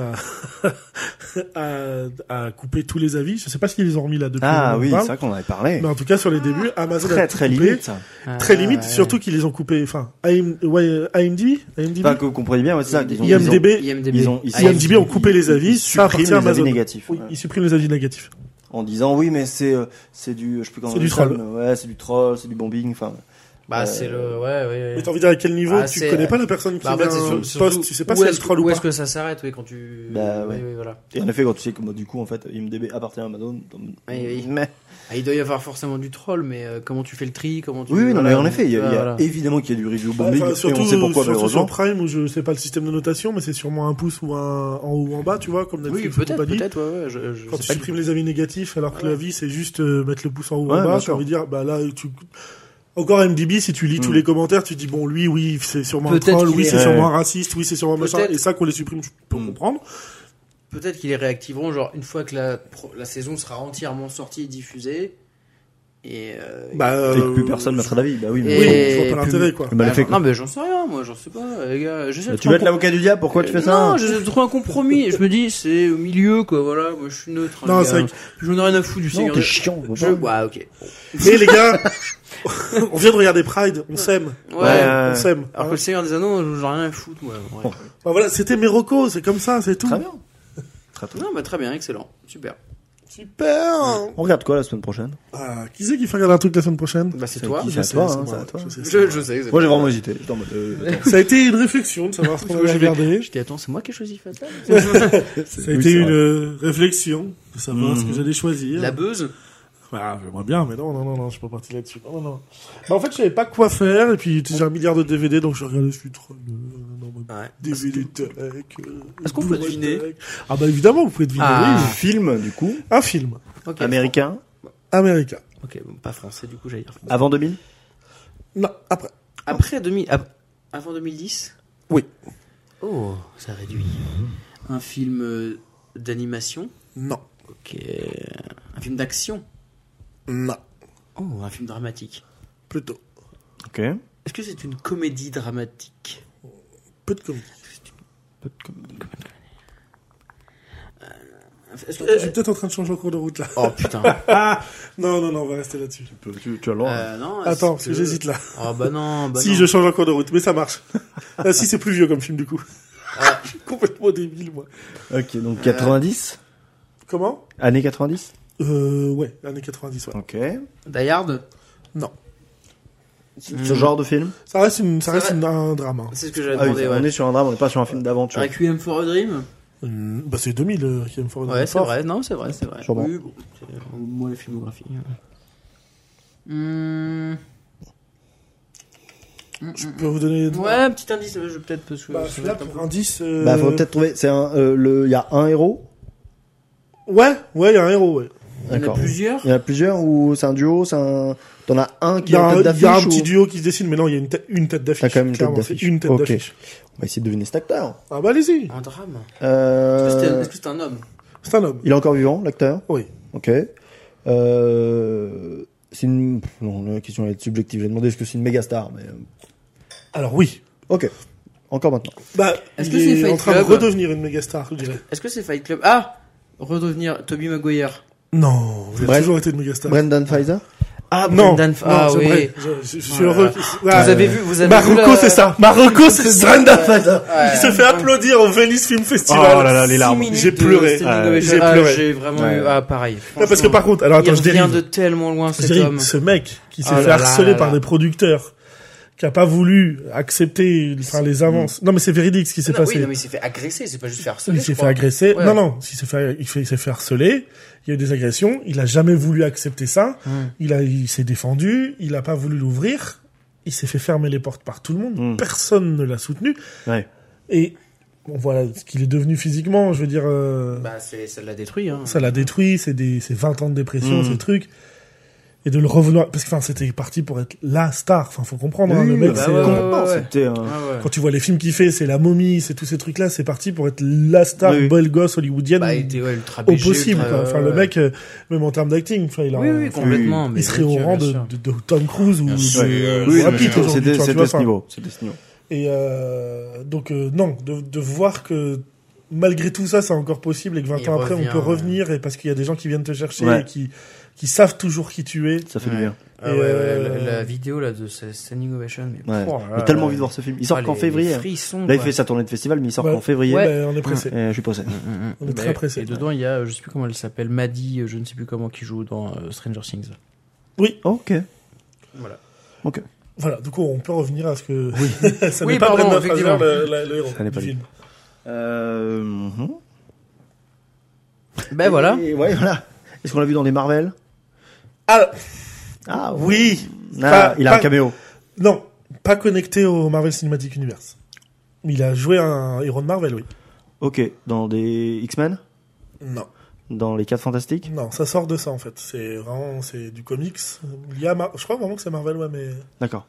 [SPEAKER 2] a coupé tous les avis. Je sais pas s'ils les ont remis là depuis.
[SPEAKER 1] Ah oui, c'est vrai qu'on avait parlé.
[SPEAKER 2] Mais en tout cas, sur les débuts, Amazon
[SPEAKER 1] a
[SPEAKER 2] très
[SPEAKER 1] coupé. Limite.
[SPEAKER 2] Très limite, surtout qu'ils les ont coupés. Enfin, IMDb.
[SPEAKER 1] Enfin, que vous compreniez bien, c'est ça.
[SPEAKER 2] IMDb ont coupé les avis.
[SPEAKER 1] Ils suppriment les avis négatifs.
[SPEAKER 2] Oui, ils suppriment les avis négatifs.
[SPEAKER 1] En disant oui, mais c'est du, je sais plus comment.
[SPEAKER 2] C'est du troll.
[SPEAKER 1] Ouais, c'est du troll, c'est du bombing. Enfin.
[SPEAKER 3] Bah, c'est le, ouais.
[SPEAKER 2] Mais t'as envie de dire à quel niveau tu connais pas la personne qui met un post, tu sais pas si elle troll ou pas.
[SPEAKER 3] Où est-ce que ça s'arrête, oui, quand tu.
[SPEAKER 1] Bah, ouais.
[SPEAKER 3] Oui, voilà.
[SPEAKER 1] Et en effet, quand tu sais que, du coup, en fait, IMDb appartient à Amazon.
[SPEAKER 3] Oui. Mais. Il doit y avoir forcément du troll, mais comment tu fais le tri, comment tu.
[SPEAKER 1] Oui, non, mais en effet, il y a évidemment qu'il y a du review bombing.
[SPEAKER 2] Surtout,
[SPEAKER 1] et on sait pourquoi,
[SPEAKER 2] surtout sur Prime, où je sais pas le système de notation, mais c'est sûrement un pouce ou en haut ou en bas, tu vois, comme Netflix ou compagnie.
[SPEAKER 3] Peut-être, ouais.
[SPEAKER 2] Quand tu supprimes les avis négatifs, alors que l'avis, c'est juste mettre le pouce en haut ou en bas, j'ai envie de dire, bah là, encore MDB, si tu lis tous les commentaires, tu dis bon, lui, oui, c'est sûrement un troll, oui, c'est sûrement un raciste, oui, c'est sûrement un machin, et ça qu'on les supprime, je peux comprendre.
[SPEAKER 3] Peut-être qu'ils les réactiveront, genre, une fois que la saison sera entièrement sortie et diffusée, et
[SPEAKER 1] que plus personne mettra d'avis, bah oui,
[SPEAKER 2] mais je vois pas l'intérêt, quoi.
[SPEAKER 3] Non, mais j'en sais rien, moi, j'en sais pas, les gars.
[SPEAKER 1] Tu veux être l'avocat du diable, pourquoi tu fais ça?
[SPEAKER 3] Non, j'essaie de trouver un compromis, je me dis, c'est au milieu, quoi, voilà, moi, je suis neutre.
[SPEAKER 2] Non, c'est vrai que
[SPEAKER 3] je n'ai rien à foutre du Seigneur.
[SPEAKER 1] T'es chiant,
[SPEAKER 3] ouais, ok.
[SPEAKER 2] Mais les gars, on vient de regarder Pride, on s'aime.
[SPEAKER 3] Ouais,
[SPEAKER 2] on s'aime.
[SPEAKER 3] Alors que le Seigneur des Anneaux, j'en ai rien à foutre, moi. Ouais.
[SPEAKER 2] Bah voilà, c'était mes recos, c'est comme ça, c'est tout.
[SPEAKER 1] Très bien.
[SPEAKER 3] Non, bah très bien, excellent, super.
[SPEAKER 1] On regarde quoi la semaine prochaine?
[SPEAKER 2] Ah, qui c'est qui fait regarder un truc la semaine prochaine?
[SPEAKER 3] Bah c'est toi.
[SPEAKER 1] C'est à toi.
[SPEAKER 3] Je sais.
[SPEAKER 1] Moi j'ai vraiment hésité.
[SPEAKER 2] Ça a été une réflexion de savoir ce qu'on allait regarder.
[SPEAKER 3] Je dis attends, c'est moi qui ai choisi Fatal.
[SPEAKER 2] Ça a été une réflexion de savoir ce que j'allais choisir.
[SPEAKER 3] La buzz.
[SPEAKER 2] Ah, j'aimerais bien, mais non, je suis pas parti là-dessus. Non. Bah, en fait, je savais pas quoi faire, et puis j'ai 1 milliard de DVD, donc je regardais celui dans ma DVD tech.
[SPEAKER 3] Est-ce qu'on peut deviner?
[SPEAKER 2] Ah bah évidemment, vous pouvez deviner.
[SPEAKER 1] Un film, du coup.
[SPEAKER 2] Un film.
[SPEAKER 3] Okay.
[SPEAKER 1] Américain.
[SPEAKER 3] Ok, bon, pas français, du coup, j'allais dire.
[SPEAKER 1] Avant 2000?
[SPEAKER 2] Non, après.
[SPEAKER 3] Après 2000, avant 2010?
[SPEAKER 2] Oui.
[SPEAKER 3] Oh, ça réduit. Un film d'animation?
[SPEAKER 2] Non.
[SPEAKER 3] Ok. Un film d'action?
[SPEAKER 2] Non.
[SPEAKER 3] Oh, un film dramatique?
[SPEAKER 2] Plutôt.
[SPEAKER 1] Ok.
[SPEAKER 3] Est-ce que c'est une comédie dramatique?
[SPEAKER 2] Peu de comédie.
[SPEAKER 3] Je suis
[SPEAKER 2] peut-être en train de changer en cours de route là.
[SPEAKER 3] Oh putain.
[SPEAKER 2] Non, on va rester là-dessus.
[SPEAKER 1] Tu as loin.
[SPEAKER 3] Non,
[SPEAKER 2] attends, parce que j'hésite là.
[SPEAKER 3] Oh bah non.
[SPEAKER 2] Si, je change en cours de route, mais ça marche. Si, c'est plus vieux comme film du coup. Je suis complètement débile moi.
[SPEAKER 1] Ok, donc 90.
[SPEAKER 2] Comment?
[SPEAKER 1] Années 90.
[SPEAKER 2] Ouais, années 90, ouais.
[SPEAKER 1] Ok.
[SPEAKER 3] Die Hard?
[SPEAKER 2] Non.
[SPEAKER 1] Ce genre de film?
[SPEAKER 2] Ça reste un drame. Hein.
[SPEAKER 3] C'est ce que j'avais demandé,
[SPEAKER 1] On est sur un drame, on n'est pas sur un film d'aventure.
[SPEAKER 3] Requiem for a Dream?
[SPEAKER 2] Bah c'est 2000 qui aime fort.
[SPEAKER 3] Ouais, c'est vrai, non, c'est vrai.
[SPEAKER 1] Sûrement.
[SPEAKER 3] Oui, bon, c'est moi la filmographie.
[SPEAKER 2] Je peux vous donner.
[SPEAKER 3] Ouais, un petit indice, je peut-être parce que.
[SPEAKER 2] Là pour indice.
[SPEAKER 1] Faut peut-être trouver. C'est il y a un héros.
[SPEAKER 2] Ouais, il y a un héros, ouais.
[SPEAKER 3] Il y en a plusieurs.
[SPEAKER 1] Il y en a plusieurs ou c'est un duo, T'en as un qui est en tête d'affiche.
[SPEAKER 2] Il y a un petit duo qui se dessine, mais non, il y a une tête d'affiche.
[SPEAKER 1] T'as quand même une tête d'affiche.
[SPEAKER 2] Une tête d'affiche.
[SPEAKER 1] On va essayer de deviner cet acteur.
[SPEAKER 2] Ah bah allez-y.
[SPEAKER 3] Un drame.
[SPEAKER 1] Est-ce
[SPEAKER 3] que c'est un homme?
[SPEAKER 2] C'est un homme.
[SPEAKER 1] Il est encore vivant, l'acteur?
[SPEAKER 2] Oui.
[SPEAKER 1] Ok. C'est une. Non, la question est subjective. J'ai demandé est-ce que c'est une méga star, mais.
[SPEAKER 2] Alors oui.
[SPEAKER 1] Ok. Encore maintenant.
[SPEAKER 2] Bah,
[SPEAKER 3] est-ce que c'est Fight Club?
[SPEAKER 2] En train de redevenir une méga star, je dirais.
[SPEAKER 3] Est-ce que c'est Fight Club? Ah, redevenir Tobey Maguire.
[SPEAKER 2] Non, il a toujours été une méga star.
[SPEAKER 1] Brendan Fraser?
[SPEAKER 3] Ah, Brendan
[SPEAKER 2] Fraser.
[SPEAKER 3] Oui.
[SPEAKER 2] Je suis heureux.
[SPEAKER 3] Vous avez vu
[SPEAKER 2] Marocco, c'est ça. Marocco, c'est Brendan Fraser. Il se fait applaudir au Venice Film Festival.
[SPEAKER 1] Oh là là, les larmes.
[SPEAKER 2] J'ai pleuré.
[SPEAKER 3] J'ai vraiment eu, pareil.
[SPEAKER 2] Parce que par contre, alors attends, je dérive.
[SPEAKER 3] Il vient de tellement loin, cet homme.
[SPEAKER 2] Ce mec qui s'est fait harceler par des producteurs, qui a pas voulu accepter, les avances. Non, mais c'est véridique ce qui s'est passé.
[SPEAKER 3] Oui, non, mais il s'est fait agresser, c'est pas juste fait harceler.
[SPEAKER 2] Il s'est fait agresser. Ouais. Non, il s'est fait harceler. Il y a eu des agressions. Il a jamais voulu accepter ça. Il s'est défendu. Il a pas voulu l'ouvrir. Il s'est fait fermer les portes par tout le monde. Personne ne l'a soutenu.
[SPEAKER 1] Ouais.
[SPEAKER 2] Et, bon, voilà, ce qu'il est devenu physiquement, je veux dire,
[SPEAKER 3] ça l'a détruit, hein.
[SPEAKER 2] Ça l'a détruit. C'est 20 ans de dépression, ces trucs. Et de le revenir, parce que c'était parti pour être la star. Faut comprendre, le mec,
[SPEAKER 1] c'était
[SPEAKER 2] quand tu vois les films qu'il fait, c'est La Momie, c'est tous ces trucs-là, c'est parti pour être la star belle gosse hollywoodienne.
[SPEAKER 3] Il était, ultra
[SPEAKER 2] au possible, quoi. Le mec, même en termes d'acting,
[SPEAKER 3] il complètement.
[SPEAKER 2] Il serait au rang de Tom Cruise ou
[SPEAKER 1] Brad Pitt aujourd'hui. C'était ce niveau.
[SPEAKER 2] Et, donc, non, de voir que, malgré tout ça, c'est encore possible et que 20 ans après, on peut revenir et parce qu'il y a des gens qui viennent te chercher et qui savent toujours qui tu es.
[SPEAKER 1] Ça fait du bien.
[SPEAKER 3] La vidéo là de Standing Ovation.
[SPEAKER 1] J'ai tellement envie de voir ce film. Il sort qu'en février. Là, il fait sa tournée de festival, mais il sort qu'en février.
[SPEAKER 2] On est pressé.
[SPEAKER 1] Je suis pressé.
[SPEAKER 2] On est très pressé.
[SPEAKER 3] Et dedans, il y a, je sais plus comment elle s'appelle, Maddie, je ne sais plus comment, qui joue dans Stranger Things.
[SPEAKER 2] Oui.
[SPEAKER 1] Ok.
[SPEAKER 3] Voilà.
[SPEAKER 1] Ok.
[SPEAKER 2] Voilà. Du coup, on peut revenir à ce que.
[SPEAKER 3] Oui.
[SPEAKER 2] Ça n'est pas Brendan Fraser le héros du film.
[SPEAKER 3] Ben voilà.
[SPEAKER 1] Ouais, voilà. Est-ce qu'on l'a vu dans des Marvel?
[SPEAKER 2] Ah oui.
[SPEAKER 1] Il a un caméo.
[SPEAKER 2] Non, pas connecté au Marvel Cinematic Universe. Il a joué un héros de Marvel, oui.
[SPEAKER 1] Ok. Dans des X-Men?
[SPEAKER 2] Non.
[SPEAKER 1] Dans les 4 Fantastiques?
[SPEAKER 2] Non, ça sort de ça en fait. C'est du comics. Je crois vraiment que c'est Marvel, ouais, mais.
[SPEAKER 1] D'accord.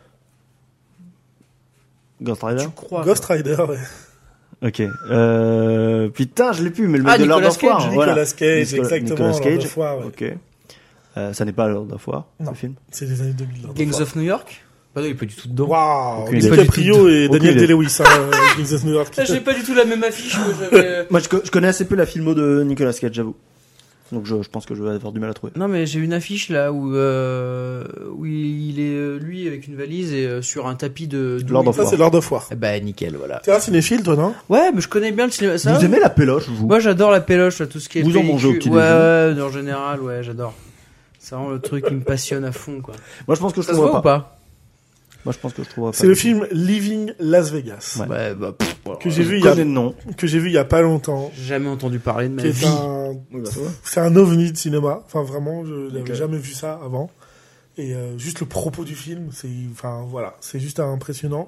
[SPEAKER 1] Ghost Rider?
[SPEAKER 2] Ghost Rider, ouais.
[SPEAKER 1] Ok. Putain, je l'ai plus, mais le mec de Lord of War.
[SPEAKER 2] Nicolas Cage, exactement.
[SPEAKER 1] Nicolas Cage.
[SPEAKER 2] Lord of War, ouais.
[SPEAKER 1] Ok. Ça n'est pas Lord of War, le film.
[SPEAKER 2] C'est des années 2000.
[SPEAKER 3] Gangs of New York? Bah non, il est pas du tout dedans.
[SPEAKER 2] Waouh! DiCaprio et Daniel Day-Lewis, Gangs of New York.
[SPEAKER 3] J'ai pas du tout la même affiche que j'avais.
[SPEAKER 1] Moi, je connais assez peu la filmo de Nicolas Cage, j'avoue. Donc je pense que je vais avoir du mal à trouver.
[SPEAKER 3] Non, mais j'ai une affiche là où il est lui avec une valise et sur un tapis de
[SPEAKER 2] Lord of War. Ça c'est Lord of War.
[SPEAKER 3] Bah nickel, voilà.
[SPEAKER 2] T'es un cinéphile toi, non?
[SPEAKER 3] Ouais, mais je connais bien le cinéma. Ça,
[SPEAKER 1] vous aimez la péloche, vous?
[SPEAKER 3] Moi j'adore la péloche, tout ce qui est.
[SPEAKER 1] Vous en mangez au petit déjeuner?
[SPEAKER 3] Ouais, en général, ouais, j'adore. C'est vraiment le truc qui me passionne à fond, quoi.
[SPEAKER 1] Moi je pense que je
[SPEAKER 3] ça se voit pas.
[SPEAKER 1] Moi, je pense que je trouverais pas.
[SPEAKER 2] C'est le film Leaving Las Vegas.
[SPEAKER 3] Ouais.
[SPEAKER 2] Que j'ai vu il y a pas longtemps.
[SPEAKER 3] Jamais entendu parler de ma vie.
[SPEAKER 2] C'est un ovni de cinéma. Enfin, vraiment, je n'avais jamais vu ça avant. Et juste le propos du film, c'est juste impressionnant.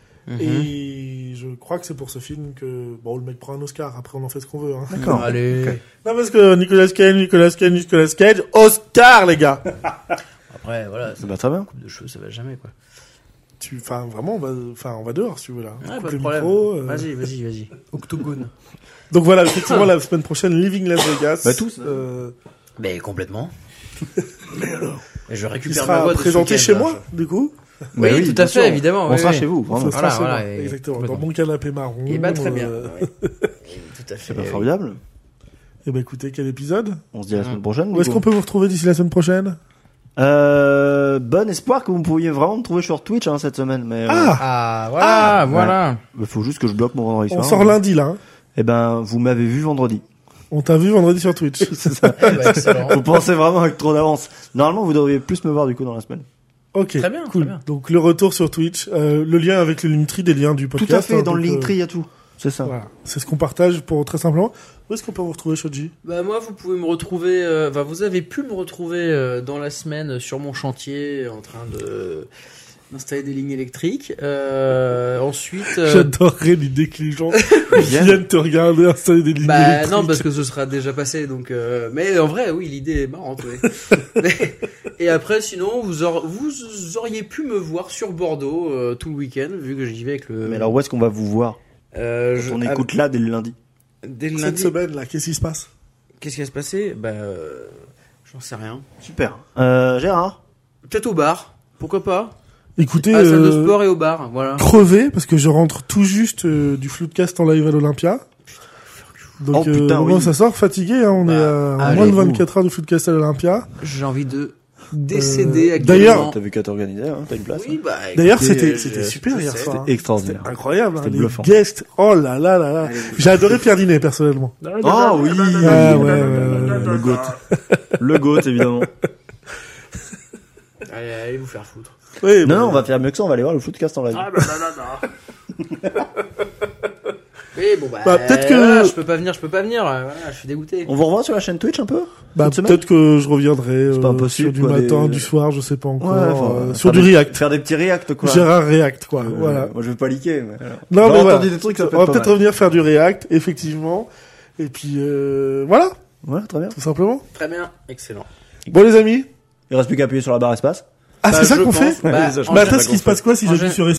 [SPEAKER 2] Et je crois que c'est pour ce film que le mec prend un Oscar. Après, on en fait ce qu'on veut. Hein.
[SPEAKER 1] D'accord.
[SPEAKER 3] Allez.
[SPEAKER 1] Okay.
[SPEAKER 2] Non, parce que Nicolas Cage, Oscar, les gars.
[SPEAKER 3] Après, voilà.
[SPEAKER 1] Ça va très bien.
[SPEAKER 3] Coupe de cheveux, ça va jamais, quoi.
[SPEAKER 2] Vraiment, on va dehors, si tu veux, là.
[SPEAKER 3] Ouais, pas de problème. Vas-y. Octogone.
[SPEAKER 2] Donc voilà, effectivement, la semaine prochaine, Leaving Las Vegas.
[SPEAKER 1] Bah, tous.
[SPEAKER 3] Mais complètement.
[SPEAKER 2] Mais alors.
[SPEAKER 3] Et je récupère
[SPEAKER 2] ma voix. Il sera présenté chez moi, du coup.
[SPEAKER 3] Oui, tout à fait, évidemment.
[SPEAKER 1] On sera chez vous, vraiment.
[SPEAKER 2] Voilà, exactement. Dans mon canapé marron.
[SPEAKER 3] Et très bien. Tout à fait.
[SPEAKER 1] C'est pas formidable.
[SPEAKER 2] Eh ben, écoutez, quel épisode?
[SPEAKER 1] On se dit à la semaine prochaine.
[SPEAKER 2] Où est-ce qu'on peut vous retrouver d'ici la semaine prochaine?
[SPEAKER 1] Bon espoir que vous pourriez vraiment me trouver sur Twitch, cette semaine, mais.
[SPEAKER 3] Voilà.
[SPEAKER 1] Il faut juste que je bloque mon vendredi soir.
[SPEAKER 2] On sort lundi, là, hein.
[SPEAKER 1] Eh ben, vous m'avez vu vendredi.
[SPEAKER 2] On t'a vu vendredi sur Twitch.
[SPEAKER 1] C'est ça.
[SPEAKER 3] Excellent.
[SPEAKER 1] Vous pensez vraiment avec trop d'avance. Normalement, vous devriez plus me voir, du coup, dans la semaine.
[SPEAKER 2] Ok,
[SPEAKER 3] très bien,
[SPEAKER 2] cool.
[SPEAKER 3] Très bien.
[SPEAKER 2] Donc le retour sur Twitch, le lien avec le Linktree, des liens du podcast.
[SPEAKER 1] Tout à fait, dans le Linktree, il y a tout. C'est ça.
[SPEAKER 2] Voilà. C'est ce qu'on partage pour très simplement. Où est-ce qu'on peut vous retrouver, Shoji?
[SPEAKER 3] Moi, vous pouvez me retrouver. Vous avez pu me retrouver dans la semaine sur mon chantier, en train d'installer des lignes électriques. Ensuite.
[SPEAKER 2] J'adorerais l'idée que les gens viennent te regarder installer des lignes électriques.
[SPEAKER 3] Non, parce que ce sera déjà passé, donc. Mais en vrai, oui, l'idée est marrante. Oui. Et après, sinon, vous auriez pu me voir sur Bordeaux tout le week-end, vu que j'y vais avec le.
[SPEAKER 1] Mais alors, où est-ce qu'on va vous voir? On écoute là dès le lundi.
[SPEAKER 3] Dès le
[SPEAKER 2] Cette
[SPEAKER 3] lundi.
[SPEAKER 2] semaine, là, qu'est-ce qui se passe?
[SPEAKER 3] Qu'est-ce qui va se passer? J'en sais rien.
[SPEAKER 1] Super. Gérard?
[SPEAKER 3] Peut-être au bar. Pourquoi pas?
[SPEAKER 2] Écoutez,
[SPEAKER 3] à la salle de sport et au bar, voilà.
[SPEAKER 2] Crevé, parce que je rentre tout juste du Floodcast en live à l'Olympia. Donc,
[SPEAKER 1] oui.
[SPEAKER 2] ça sort fatigué, hein. On est à moins de 24 heures du Floodcast à l'Olympia.
[SPEAKER 3] J'ai envie de décéder actuellement.
[SPEAKER 2] D'ailleurs,
[SPEAKER 1] t'as vu qu'à t'organiser, t'as une place.
[SPEAKER 3] Oui,
[SPEAKER 2] d'ailleurs, c'était super hier soir.
[SPEAKER 1] C'était extraordinaire.
[SPEAKER 2] C'était incroyable,
[SPEAKER 1] C'était
[SPEAKER 2] les
[SPEAKER 1] bluffant.
[SPEAKER 2] guests. Oh là là là là. J'ai adoré Pierre Dinet, personnellement.
[SPEAKER 1] Ah oui. Le GOAT. Le GOAT, évidemment.
[SPEAKER 3] Allez vous faire foutre.
[SPEAKER 2] Oui,
[SPEAKER 1] non, on va faire mieux que ça, on va aller voir le Floodcast en live.
[SPEAKER 3] Oui,
[SPEAKER 2] peut-être que
[SPEAKER 3] je peux pas venir. Voilà, je suis dégoûté.
[SPEAKER 1] On vous revoit sur la chaîne Twitch un peu?
[SPEAKER 2] Peut-être que je reviendrai
[SPEAKER 1] C'est pas impossible,
[SPEAKER 2] sur du
[SPEAKER 1] quoi,
[SPEAKER 2] matin, du soir, je sais pas encore.
[SPEAKER 1] Ouais,
[SPEAKER 2] sur du React.
[SPEAKER 1] Faire des petits React, quoi.
[SPEAKER 2] Gérard React, quoi. Voilà.
[SPEAKER 1] Moi, je vais pas liker. Mais...
[SPEAKER 2] Non, mais
[SPEAKER 1] entendu des trucs, ça peut
[SPEAKER 2] on va peut-être revenir faire du React, effectivement. Et puis, voilà.
[SPEAKER 1] Voilà, très bien.
[SPEAKER 2] Tout simplement.
[SPEAKER 3] Très bien, excellent.
[SPEAKER 2] Bon, les amis.
[SPEAKER 1] Il reste plus qu'à appuyer sur la barre espace.
[SPEAKER 2] Ah, c'est ça qu'on fait?
[SPEAKER 3] Mais
[SPEAKER 2] attends, ce qui se passe quoi si j'appuie sur